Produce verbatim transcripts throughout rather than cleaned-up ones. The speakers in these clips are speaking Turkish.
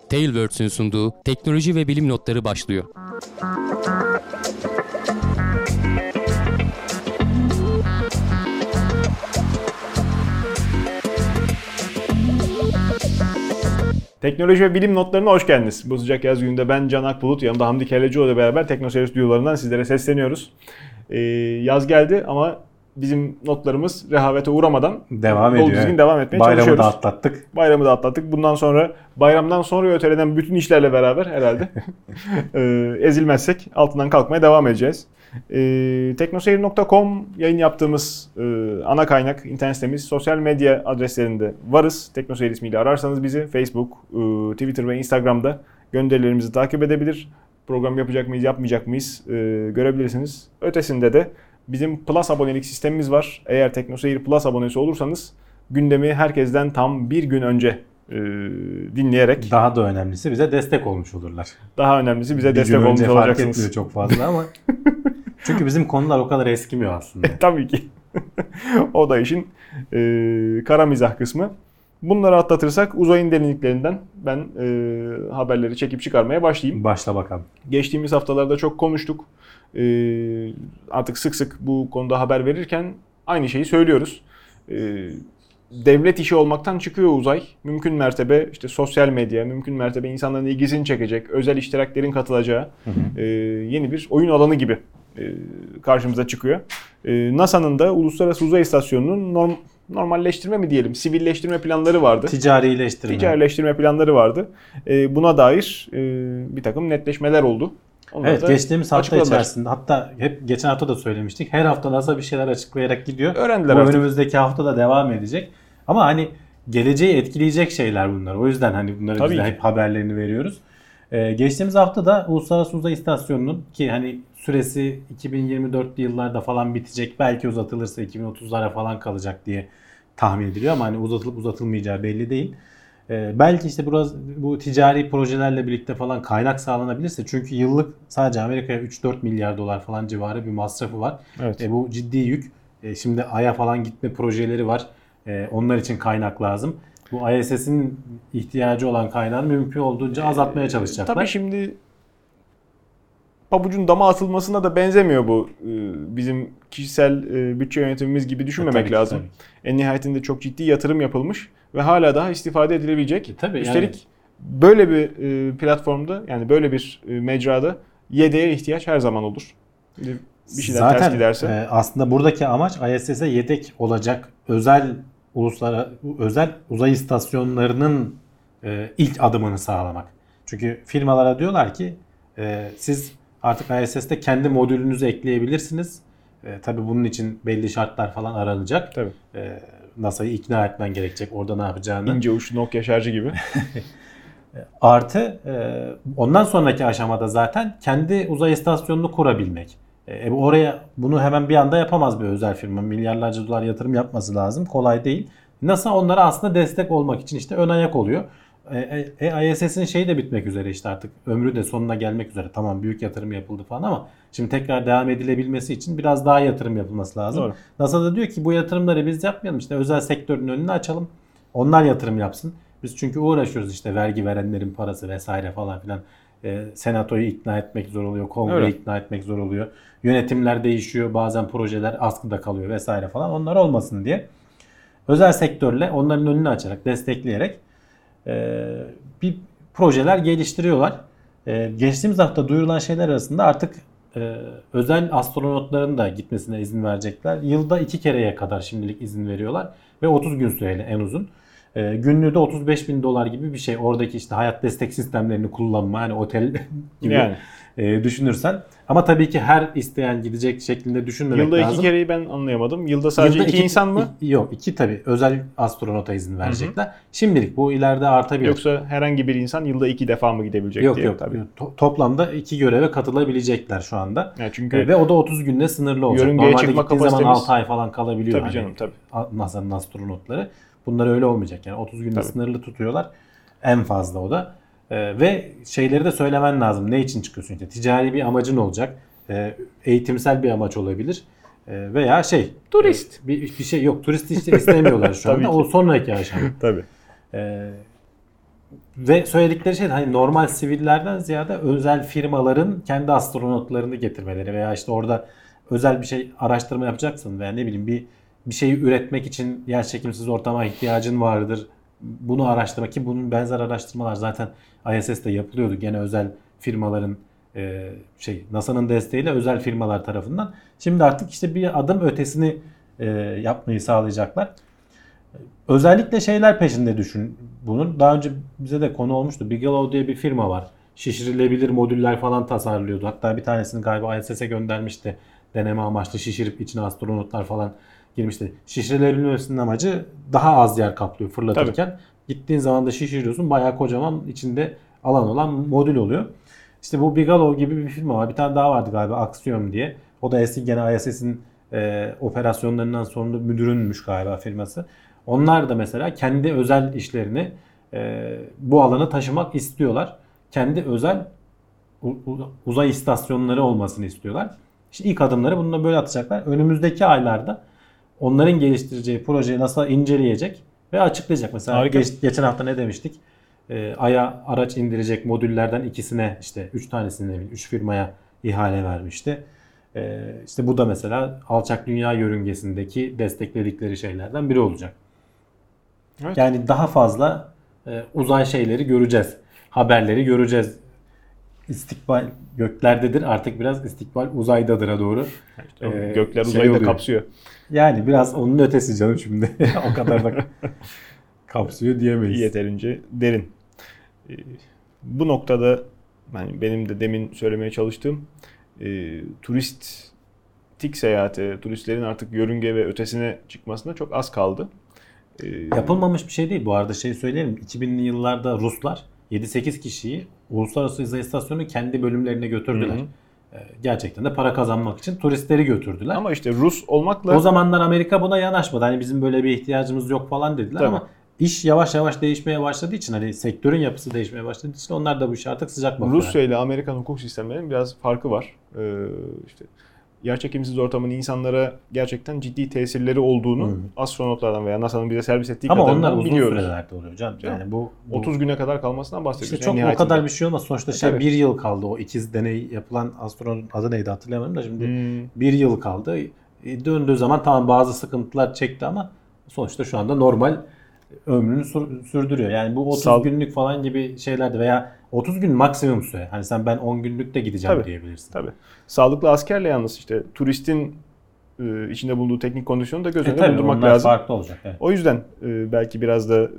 Tailwords'ün sunduğu teknoloji ve bilim notları başlıyor. Teknoloji ve bilim notlarına hoş geldiniz. Bu sıcak yaz gününde ben Can Akbulut, yanımda Hamdi Kellecioğlu ile beraber TeknoSeyir stüdyolarından sizlere sesleniyoruz. Ee, yaz geldi ama bizim notlarımız rehavete uğramadan devam dolu ediyor. düzgün devam etmeye Bayramı çalışıyoruz. Bayramı da atlattık. Bayramı da atlattık. Bundan sonra bayramdan sonra ötelenen bütün işlerle beraber herhalde e, ezilmezsek altından kalkmaya devam edeceğiz. E, teknoseyir nokta com yayın yaptığımız e, ana kaynak internet sitemiz. Sosyal medya adreslerinde varız. TeknoSeyir ismiyle ararsanız bizi Facebook, e, Twitter ve Instagram'da gönderilerimizi takip edebilir. Program yapacak mıyız, yapmayacak mıyız e, görebilirsiniz. Ötesinde de bizim Plus abonelik sistemimiz var. Eğer TeknoSeyir Plus abonesi olursanız gündemi herkesten tam bir gün önce e, dinleyerek. Daha da önemlisi bize destek olmuş olurlar. Daha önemlisi bize bir destek olmuş olacaksınız. Fark etmiyor çok fazla ama. Çünkü bizim konular o kadar eskimiyor aslında. Tabii ki. O da işin e, kara mizah kısmı. Bunları atlatırsak uzayın derinliklerinden ben e, haberleri çekip çıkarmaya başlayayım. Başla bakalım. Geçtiğimiz haftalarda çok konuştuk. E, artık sık sık bu konuda haber verirken aynı şeyi söylüyoruz. E, devlet işi olmaktan çıkıyor uzay. Mümkün mertebe işte sosyal medya, mümkün mertebe insanların ilgisini çekecek, özel iştiraklerin katılacağı hı hı. E, yeni bir oyun alanı gibi e, karşımıza çıkıyor. E, NASA'nın da Uluslararası Uzay İstasyonu'nun norm, normalleştirme mi diyelim, sivilleştirme planları vardı. Ticarileştirme. Ticarileştirme planları vardı. E, buna dair e, bir takım netleşmeler oldu. Onları evet, geçtiğimiz hafta içerisinde, hatta hep geçen hafta da söylemiştik. Her hafta NASA bir şeyler açıklayarak gidiyor. Öğrendiler Bu artık. Önümüzdeki hafta da devam edecek. Ama hani geleceği etkileyecek şeyler bunlar. O yüzden hani bunları Tabii biz de hep haberlerini veriyoruz. Ee, geçtiğimiz hafta da Uluslararası Uzay İstasyonu'nun, ki hani süresi iki bin yirmi dörtlü yıllarda falan bitecek. Belki uzatılırsa iki bin otuzlara falan kalacak diye tahmin ediliyor ama hani uzatılıp uzatılmayacağı belli değil. Ee, belki işte biraz bu ticari projelerle birlikte falan kaynak sağlanabilirse, çünkü yıllık sadece Amerika'ya üç dört milyar dolar falan civarı bir masrafı var. Evet. E, bu ciddi yük. E, şimdi Ay'a falan gitme projeleri var. E, onlar için kaynak lazım. Bu I S S'in ihtiyacı olan kaynağını mümkün olduğunca azaltmaya çalışacaklar. Tabii şimdi pabucun dama atılmasına da benzemiyor bu. Bizim kişisel bütçe yönetimimiz gibi düşünmemek tabii ki, lazım. tabii. En nihayetinde çok ciddi yatırım yapılmış ve hala daha istifade edilebilecek. E, tabii Üstelik yani. böyle bir platformda, yani böyle bir mecrada yedeğe ihtiyaç her zaman olur. Bir şeyler Zaten, ters giderse. E, aslında buradaki amaç I S S'e yedek olacak özel uluslararası özel uzay istasyonlarının e, ilk adımını sağlamak. Çünkü firmalara diyorlar ki e, siz artık I S S'te kendi modülünüzü ekleyebilirsiniz. E, tabii bunun için belli şartlar falan aranacak. Tabii. E, NASA'yı ikna etmen gerekecek orada ne yapacağını. İnce uçlu Nokia şarjı gibi. Artı e, ondan sonraki aşamada zaten kendi uzay istasyonunu kurabilmek. E, oraya bunu hemen bir anda yapamaz bir özel firma. Milyarlarca dolar yatırım yapması lazım. Kolay değil. NASA onlara aslında destek olmak için işte ön ayak oluyor. E, e, I S S'in şeyi de bitmek üzere, işte artık ömrü de sonuna gelmek üzere. Tamam, büyük yatırım yapıldı falan ama şimdi tekrar devam edilebilmesi için biraz daha yatırım yapılması lazım. Doğru. NASA da diyor ki bu yatırımları biz yapmayalım, işte özel sektörün önünü açalım. Onlar yatırım yapsın. Biz çünkü uğraşıyoruz, işte vergi verenlerin parası vesaire falan filan. E, senatoyu ikna etmek zor oluyor, kongreyi ikna etmek zor oluyor. Yönetimler değişiyor, bazen projeler askıda kalıyor vesaire falan. Onlar olmasın diye özel sektörle onların önünü açarak, destekleyerek e, bir projeler geliştiriyorlar. E, geçtiğimiz hafta duyurulan şeyler arasında artık e, özel astronotların da gitmesine izin verecekler. Yılda iki kereye kadar şimdilik izin veriyorlar ve otuz gün süreli en uzun. E, günlüğü de otuz beş bin dolar gibi bir şey. Oradaki işte hayat destek sistemlerini kullanma, hani otel gibi yani. e, düşünürsen. Ama tabii ki her isteyen gidecek şeklinde düşünmemek Yılda lazım. Yılda iki kereyi ben anlayamadım. Yılda sadece Yılda iki, iki insan mı? Iki, yok iki tabii. Özel astronota izin verecekler. Hı hı. Şimdilik bu ileride artabilir. Yoksa herhangi bir insan yılda iki defa mı gidebilecek yok, diye? Yok yok. To- toplamda iki göreve katılabilecekler şu anda. Yani çünkü e, ve o da otuz günde sınırlı olacak. Yörüngeye Normalde çıkma gittiğin kapasitemiz... zaman altı ay falan kalabiliyor. Tabii canım tabii. NASA'nın astronotları. Bunlar öyle olmayacak. Yani otuz günde tabii. sınırlı tutuyorlar. En fazla o da. Ee, ve şeyleri de söylemen lazım. Ne için çıkıyorsun? İşte ticari bir amacın olacak. Ee, eğitimsel bir amaç olabilir. Ee, veya şey. Turist. E, bir, bir şey yok. Turist işte istemiyorlar şu anda. O sonraki aşama. Tabii. Ee, Ve söyledikleri şey hani normal sivillerden ziyade özel firmaların kendi astronotlarını getirmeleri veya işte orada özel bir şey araştırma yapacaksın veya ne bileyim bir bir şeyi üretmek için yerçekimsiz ortama ihtiyacın vardır. Bunu araştırmak ki bunun benzer araştırmalar zaten I S S'te yapılıyordu. Gene özel firmaların e, şey NASA'nın desteğiyle özel firmalar tarafından. Şimdi artık işte bir adım ötesini e, yapmayı sağlayacaklar. Özellikle şeyler peşinde düşün bunun. Daha önce bize de konu olmuştu. Bigelow diye bir firma var. Şişirilebilir modüller falan tasarlıyordu. Hatta bir tanesini galiba I S S'e göndermişti. Deneme amaçlı şişirip içine astronotlar falan girmişti. Şişirilebilmesinin amacı daha az yer kaplıyor fırlatırken. Tabii. Gittiğin zaman da şişiriyorsun. Bayağı kocaman içinde alan olan modül oluyor. İşte bu Bigelow gibi bir firma var. Bir tane daha vardı galiba Axiom diye. O da eski gene I S S'in e, operasyonlarından sorumlu müdürünmüş galiba firması. Onlar da mesela kendi özel işlerini e, bu alana taşımak istiyorlar. Kendi özel u- uzay istasyonları olmasını istiyorlar. İşte ilk adımları bununla böyle atacaklar. Önümüzdeki aylarda onların geliştireceği projeyi NASA inceleyecek ve açıklayacak. Mesela geç, geçen hafta ne demiştik? E, Ay'a araç indirecek modüllerden ikisine işte üç tanesine üç firmaya ihale vermişti. E, işte bu da mesela alçak dünya yörüngesindeki destekledikleri şeylerden biri olacak. Evet. Yani daha fazla e, uzay şeyleri göreceğiz. Haberleri göreceğiz. İstikbal göklerdedir. Artık biraz istikbal uzaydadıra doğru. İşte ee, gökler şey uzayı da kapsıyor. Yani biraz onun ötesi canım şimdi. O kadar da kapsıyor diyemeyiz. Yeterince derin. Ee, bu noktada yani benim de demin söylemeye çalıştığım e, turistik seyahate, turistlerin artık yörünge ve ötesine çıkmasına çok az kaldı. Ee, Yapılmamış bir şey değil. Bu arada şey söyleyelim. iki binli yıllarda Ruslar yedi sekiz kişiyi Uluslararası Uzay İstasyonu kendi bölümlerine götürdüler. Hı hı. Gerçekten de para kazanmak için turistleri götürdüler. Ama işte Rus olmakla... O zamanlar Amerika buna yanaşmadı. Hani bizim böyle bir ihtiyacımız yok falan dediler. Tabii. Ama iş yavaş yavaş değişmeye başladığı için hani sektörün yapısı değişmeye başladığı için onlar da bu işe artık sıcak bakıyorlar. Rusya ile Amerikan hukuk sistemlerinin biraz farkı var. Ee, işte yerçekimsiz ortamın insanlara gerçekten ciddi tesirleri olduğunu hmm. astronotlardan veya NASA'nın bize servis ettiği ama kadarından onlar biliyoruz. uzun sürelerde oluyor canım. Yani bu, bu otuz güne kadar kalmasından bahsediyoruz. İşte çok yani o kadar bir şey olmaz. Sonuçta şey evet. bir yıl kaldı. O ikiz deney yapılan astronot adı neydi hatırlayamadım da şimdi hmm. bir yıl kaldı. E, döndüğü zaman tamam bazı sıkıntılar çekti ama sonuçta şu anda normal ömrünü sürdürüyor. Yani bu otuz Sal- günlük falan gibi şeylerdi veya otuz gün maksimum süre. Hani sen ben on günlük de gideceğim tabii, diyebilirsin. Tabii. Sağlıklı askerle yalnız işte turistin e, içinde bulunduğu teknik kondisyonu da göz önünde e, bulundurmak onlar lazım. Farklı olacak. Evet. O yüzden e, belki biraz da e,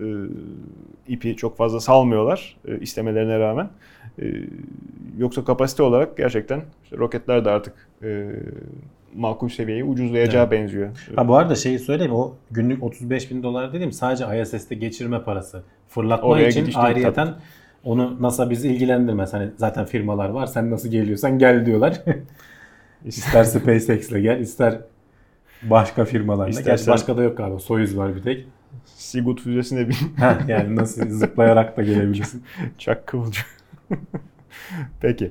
ipi çok fazla salmıyorlar e, istemelerine rağmen. E, yoksa kapasite olarak gerçekten işte roketler de artık e, makul seviyeye ucuzlayacağı evet. benziyor. Ha, bu arada şeyi söyleyeyim, o günlük otuz beş bin dolar dediğim sadece I S S'te geçirme parası. Fırlatma oraya için ayrıyeten onu NASA bizi ilgilendirmez. Hani zaten firmalar var, sen nasıl geliyorsan gel diyorlar. İster SpaceX'le gel, ister başka firmalarla. İstersen... Gerçi başka da yok galiba, Soyuz var bir tek. Sigut füzesine bin. Yani nasıl zıplayarak da gelebilirsin. Çak kıvılcım. Peki.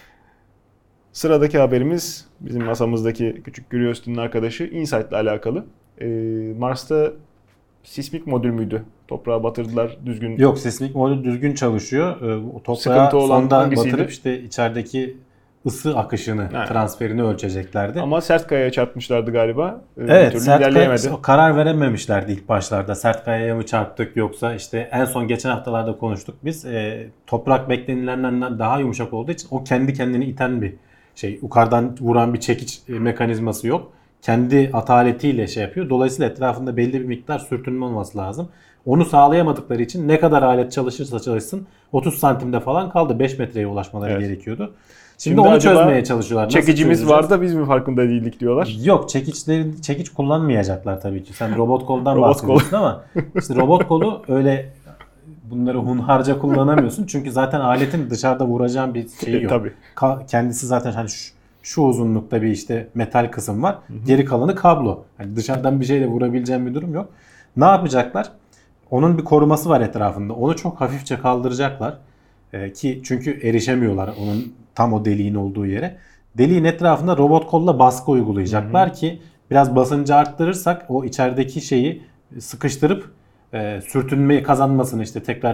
Sıradaki haberimiz bizim masamızdaki küçük Curiosity'nin arkadaşı InSight ile alakalı. Ee, Mars'ta sismik modül müydü? Toprağa batırdılar düzgün. Yok, sismik modül düzgün çalışıyor. Ee, toprağa sonda batırıp işte içerideki ısı akışını, yani transferini ölçeceklerdi. Ama sert kayaya çarpmışlardı galiba. Ee, evet, sert kaya, karar verememişlerdi ilk başlarda. Sert kayaya mı çarptık yoksa işte en son geçen haftalarda konuştuk biz. E, toprak beklenilenden daha yumuşak olduğu için o kendi kendini iten bir şey. Yukarıdan vuran bir çekiç mekanizması yok. Kendi ataletiyle şey yapıyor. Dolayısıyla etrafında belli bir miktar sürtünme olması lazım. Onu sağlayamadıkları için ne kadar alet çalışırsa çalışsın otuz santimde falan kaldı. beş metreye ulaşmaları evet. gerekiyordu. Şimdi, Şimdi onu çözmeye çalışıyorlar. Nasıl çekicimiz var da biz mi farkında değildik diyorlar. Yok, çekiçleri çekiç kullanmayacaklar tabii ki. Sen robot koldan robot bahsediyorsun kol. Ama işte robot kolu öyle bunları hunharca kullanamıyorsun. Çünkü zaten aletin dışarıda vuracağın bir şeyi yok. Tabii. Ka- kendisi zaten hani şu, şu uzunlukta bir işte metal kısım var. Hı hı. Geri kalanı kablo. Yani dışarıdan bir şeyle vurabileceğin bir durum yok. Ne yapacaklar? Onun bir koruması var etrafında. Onu çok hafifçe kaldıracaklar. Ee, ki çünkü erişemiyorlar onun tam o deliğin olduğu yere. Deliğin etrafında robot kolla baskı uygulayacaklar, hı hı. ki biraz basıncı arttırırsak o içerideki şeyi sıkıştırıp e, sürtünmeyi kazanmasını işte tekrar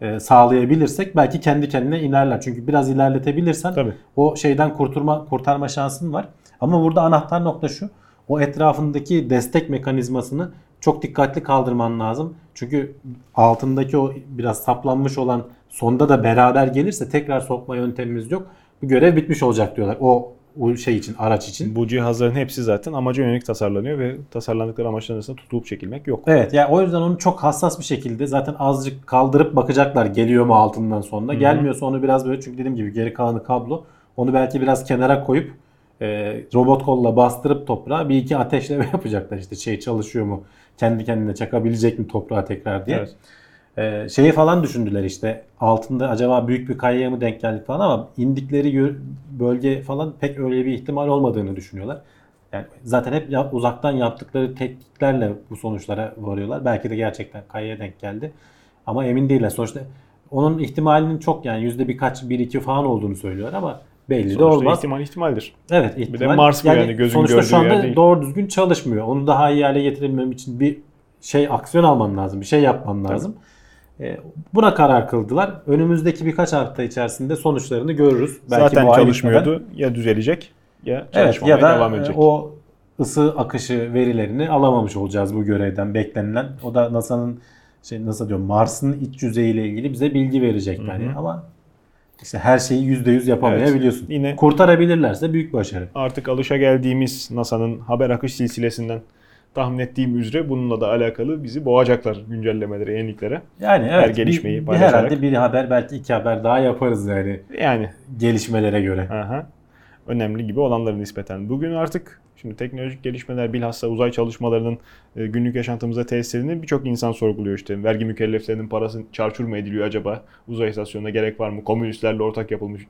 e, sağlayabilirsek belki kendi kendine inerler. Çünkü biraz ilerletebilirsen Tabii. o şeyden kurtulma kurtarma şansın var. Ama burada anahtar nokta şu. O etrafındaki destek mekanizmasını çok dikkatli kaldırman lazım. Çünkü altındaki o biraz saplanmış olan sonda da beraber gelirse tekrar sokma yöntemimiz yok. Bu görev bitmiş olacak diyorlar. O, o şey için, araç için. Bu cihazların hepsi zaten amaca yönelik tasarlanıyor ve tasarlandıkları amaçların arasında tutulup çekilmek yok. Evet, yani o yüzden onu çok hassas bir şekilde zaten azıcık kaldırıp bakacaklar geliyor mu altından sonunda. Hı-hı. Gelmiyorsa onu biraz böyle, çünkü dediğim gibi geri kalanı kablo. Onu belki biraz kenara koyup e, robot kolla bastırıp toprağa bir iki ateşleme yapacaklar. İşte şey çalışıyor mu? Kendi kendine çakabilecek mi toprağa tekrar diye. Evet. Ee, şeyi falan düşündüler işte, altında acaba büyük bir kayaya mı denk geldik falan, ama indikleri bölge falan pek öyle bir ihtimal olmadığını düşünüyorlar. Yani zaten hep yap, uzaktan yaptıkları tekniklerle bu sonuçlara varıyorlar. Belki de gerçekten kayaya denk geldi. Ama emin değiller. Sonuçta onun ihtimalinin çok, yani yüzde birkaç, bir iki falan olduğunu söylüyorlar ama belli Sonuçta de olmaz. ihtimal ihtimaldir. Evet, ihtimal. Bir de Mars bu yani, gözün sonuçta gördüğü şu anda yer değil. doğru düzgün çalışmıyor. Onu daha iyi hale getirebilmem için bir şey, aksiyon alman lazım. Bir şey yapman lazım. E, buna karar kıldılar. Önümüzdeki birkaç hafta içerisinde sonuçlarını görürüz. Belki Zaten bu ay çalışmıyordu. bitmeden. Ya düzelecek ya Evet, çalışmamaya ya da devam edecek. o ısı akışı verilerini alamamış olacağız bu görevden beklenilen. O da NASA'nın şey, nasıl diyorum, Mars'ın iç yüzeyiyle ilgili bize bilgi verecek yani. Ama işte her şeyi yüzde yüz yapamayabiliyorsun. Evet, yine kurtarabilirlerse büyük başarı. artık alışageldiğimiz NASA'nın haber akış silsilesinden tahmin ettiğim üzere bununla da alakalı bizi boğacaklar güncellemelere, yeniliklere. Yani Her evet, gelişmeyi bir, bir paylaşarak. herhalde bir haber, belki iki haber daha yaparız yani Yani gelişmelere göre. aha, önemli gibi olanların nispeten. Bugün artık şimdi teknolojik gelişmeler, bilhassa uzay çalışmalarının e, günlük yaşantımıza tesirini birçok insan sorguluyor işte. Vergi mükelleflerinin parası çarçur mu ediliyor acaba? Uzay istasyonuna gerek var mı? Komünistlerle ortak yapılmış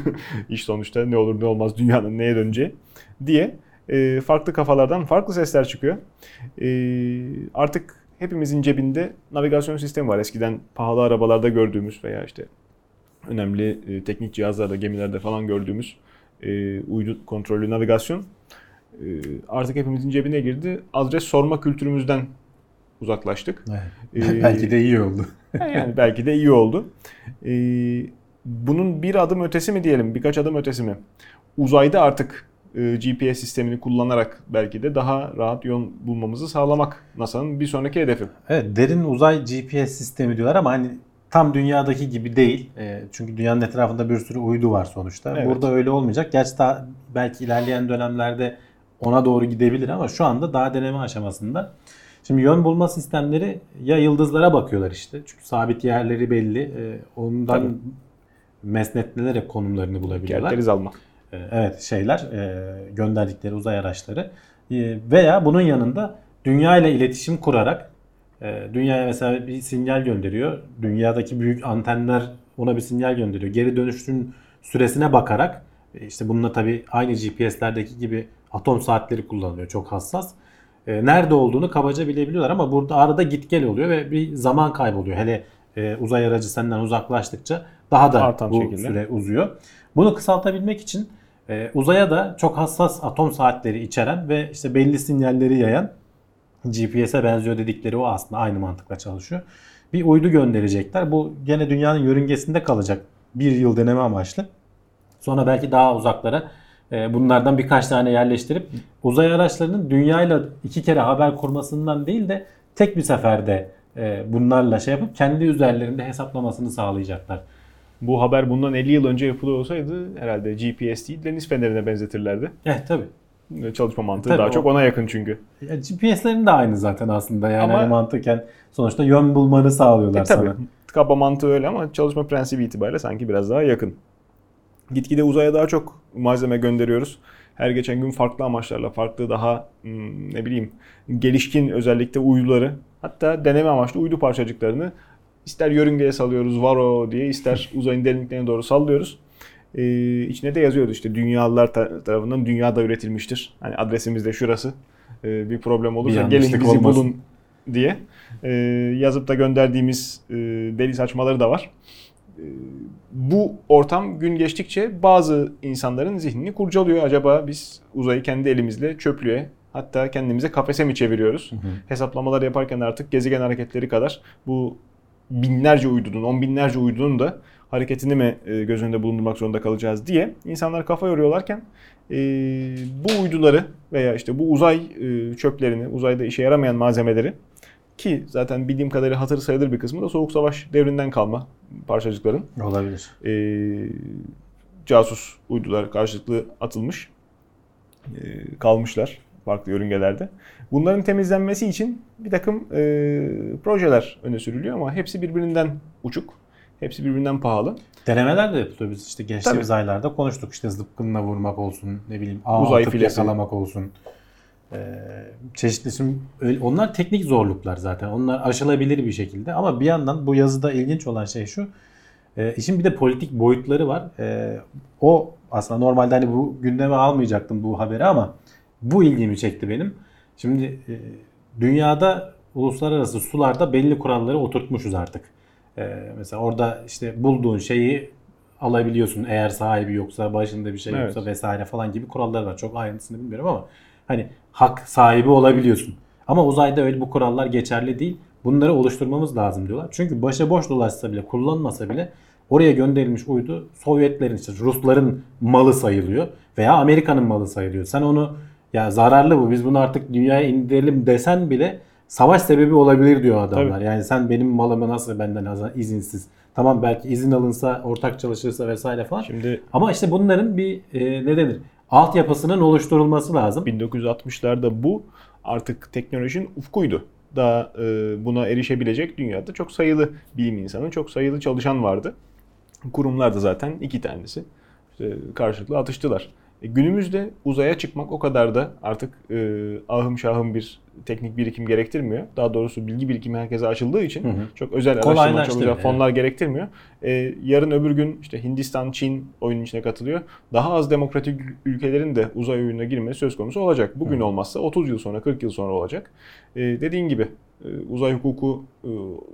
iş sonuçta, ne olur ne olmaz, dünyanın neye döneceği diye e, farklı kafalardan farklı sesler çıkıyor. E, artık hepimizin cebinde navigasyon sistemi var. Eskiden pahalı arabalarda gördüğümüz veya işte önemli e, teknik cihazlarda, gemilerde falan gördüğümüz e, uydu kontrollü navigasyon e, artık hepimizin cebine girdi. Adres sorma kültürümüzden uzaklaştık. Evet. Ee, belki de iyi oldu. yani belki de iyi oldu. E, bunun bir adım ötesi mi diyelim, birkaç adım ötesi mi? Uzayda artık e, G P S sistemini kullanarak belki de daha rahat yol bulmamızı sağlamak NASA'nın bir sonraki hedefi. Evet, derin uzay G P S sistemi diyorlar ama hani tam dünyadaki gibi değil. E, çünkü dünyanın etrafında bir sürü uydu var sonuçta. Evet. Burada öyle olmayacak. Gerçi daha belki ilerleyen dönemlerde ona doğru gidebilir ama şu anda daha deneme aşamasında. Şimdi yön bulma sistemleri ya yıldızlara bakıyorlar işte. Çünkü sabit yerleri belli. E, ondan Tabii. mesnetlenerek konumlarını bulabiliyorlar. Kerteriz alma. E, evet, şeyler e, gönderdikleri uzay araçları. E, veya bunun yanında dünya ile iletişim kurarak e, dünyaya mesela bir sinyal gönderiyor. Dünyadaki büyük antenler ona bir sinyal gönderiyor. Geri dönüşün süresine bakarak e, işte bununla tabii aynı G P S'lerdeki gibi atom saatleri kullanılıyor. Çok hassas. E, nerede olduğunu kabaca bilebiliyorlar ama burada arada git gel oluyor ve bir zaman kayboluyor. Hele e, uzay aracı senden uzaklaştıkça daha da Artan bu şekilde. süre uzuyor. Bunu kısaltabilmek için e, uzaya da çok hassas atom saatleri içeren ve işte belli sinyalleri yayan, G P S'e benziyor dedikleri o aslında aynı mantıkla çalışıyor. Bir uydu gönderecekler. Bu gene dünyanın yörüngesinde kalacak. Bir yıl deneme amaçlı. Sonra belki daha uzaklara e, bunlardan birkaç tane yerleştirip uzay araçlarının dünyayla iki kere haber kurmasından değil de tek bir seferde e, bunlarla şey yapıp kendi üzerlerinde hesaplamasını sağlayacaklar. Bu haber bundan elli yıl önce yapılıyor olsaydı herhalde G P S değil deniz fenerine benzetirlerdi. Evet, tabii. Çalışma mantığı Tabii daha o- çok ona yakın çünkü. Ya, G P S'lerin de aynı zaten aslında. Yani Ama- hani mantıken sonuçta yön bulmanı sağlıyorlar E, tabii. sana. Kaba mantığı öyle ama çalışma prensibi itibariyle sanki biraz daha yakın. Gitgide uzaya daha çok malzeme gönderiyoruz. Her geçen gün farklı amaçlarla, farklı daha hmm, ne bileyim gelişkin özellikle uyduları, hatta deneme amaçlı uydu parçacıklarını ister yörüngeye salıyoruz varo diye, ister uzayın derinliklerine doğru sallıyoruz. Ee, içine de yazıyordu işte dünyalılar ta- tarafından dünyada üretilmiştir. Hani adresimiz de şurası. Ee, bir problem olursa Bir gelin yanlışlık bizi olmasın bulun diye ee, yazıp da gönderdiğimiz e, deli saçmaları da var. Ee, bu ortam gün geçtikçe bazı insanların zihnini kurcalıyor. Acaba biz uzayı kendi elimizle çöplüğe, hatta kendimize kafese mi çeviriyoruz? Hı hı. Hesaplamalar yaparken artık gezegen hareketleri kadar bu binlerce uydunun, on binlerce uydunun da hareketini mi e, göz önünde bulundurmak zorunda kalacağız diye insanlar kafa yoruyorlarken e, bu uyduları veya işte bu uzay e, çöplerini, uzayda işe yaramayan malzemeleri ki zaten bildiğim kadarıyla hatır sayılır bir kısmı da Soğuk Savaş devrinden kalma parçacıkların. Olabilir. E, casus uydular karşılıklı atılmış, e, kalmışlar farklı yörüngelerde. Bunların temizlenmesi için bir takım e, projeler öne sürülüyor ama hepsi birbirinden uçuk. Hepsi birbirinden pahalı. Denemeler de yapılıyor. Biz işte geçtiğimiz Tabii. aylarda konuştuk. İşte zıpkınla vurmak olsun, ne bileyim ağ Uzay atıp filesi. yakalamak olsun. Ee, çeşitli şimdi öyle- onlar teknik zorluklar zaten. Onlar aşılabilir bir şekilde. Ama bir yandan bu yazıda ilginç olan şey şu. E, işin bir de politik boyutları var. E, o aslında normalde hani bu gündeme almayacaktım bu haberi ama bu ilgimi çekti benim. Şimdi e, dünyada uluslararası sularda belli kuralları oturtmuşuz artık. E, mesela orada işte bulduğun şeyi alabiliyorsun eğer sahibi yoksa, başında bir şey Evet. yoksa vesaire falan gibi kurallar var. Çok ayrıntısını bilmiyorum ama hani hak sahibi olabiliyorsun. Ama uzayda öyle bu kurallar geçerli değil. Bunları oluşturmamız lazım diyorlar. Çünkü başıboş dolaşsa bile, kullanmasa bile oraya gönderilmiş uydu Sovyetlerin, işte Rusların malı sayılıyor veya Amerika'nın malı sayılıyor. Sen onu ya zararlı bu, biz bunu artık dünyaya indirelim desen bile savaş sebebi olabilir diyor adamlar. Tabii. Yani sen benim malımı nasıl benden izinsiz, tamam belki izin alınsa, ortak çalışırsa vesaire falan. Şimdi Ama işte bunların bir e, ne denir? Altyapısının oluşturulması lazım. bin dokuz yüz altmışlarda bu artık teknolojinin ufkuydu. Daha e, buna erişebilecek dünyada çok sayılı bilim insanı, çok sayılı çalışan vardı. Kurumlar da zaten iki tanesi işte karşılıklı atıştılar. E, günümüzde uzaya çıkmak o kadar da artık e, ahım şahım bir teknik birikim gerektirmiyor. Daha doğrusu bilgi birikimi herkese açıldığı için Hı hı. çok özel araştırma, çok Kolaylaştırıyor, özel fonlar gerektirmiyor. E, yarın öbür gün işte Hindistan, Çin oyunun içine katılıyor. Daha az demokratik ülkelerin de uzay oyununa girmesi söz konusu olacak. Bugün Hı. olmazsa otuz yıl sonra, kırk yıl sonra olacak. E, dediğin gibi e, uzay hukuku e,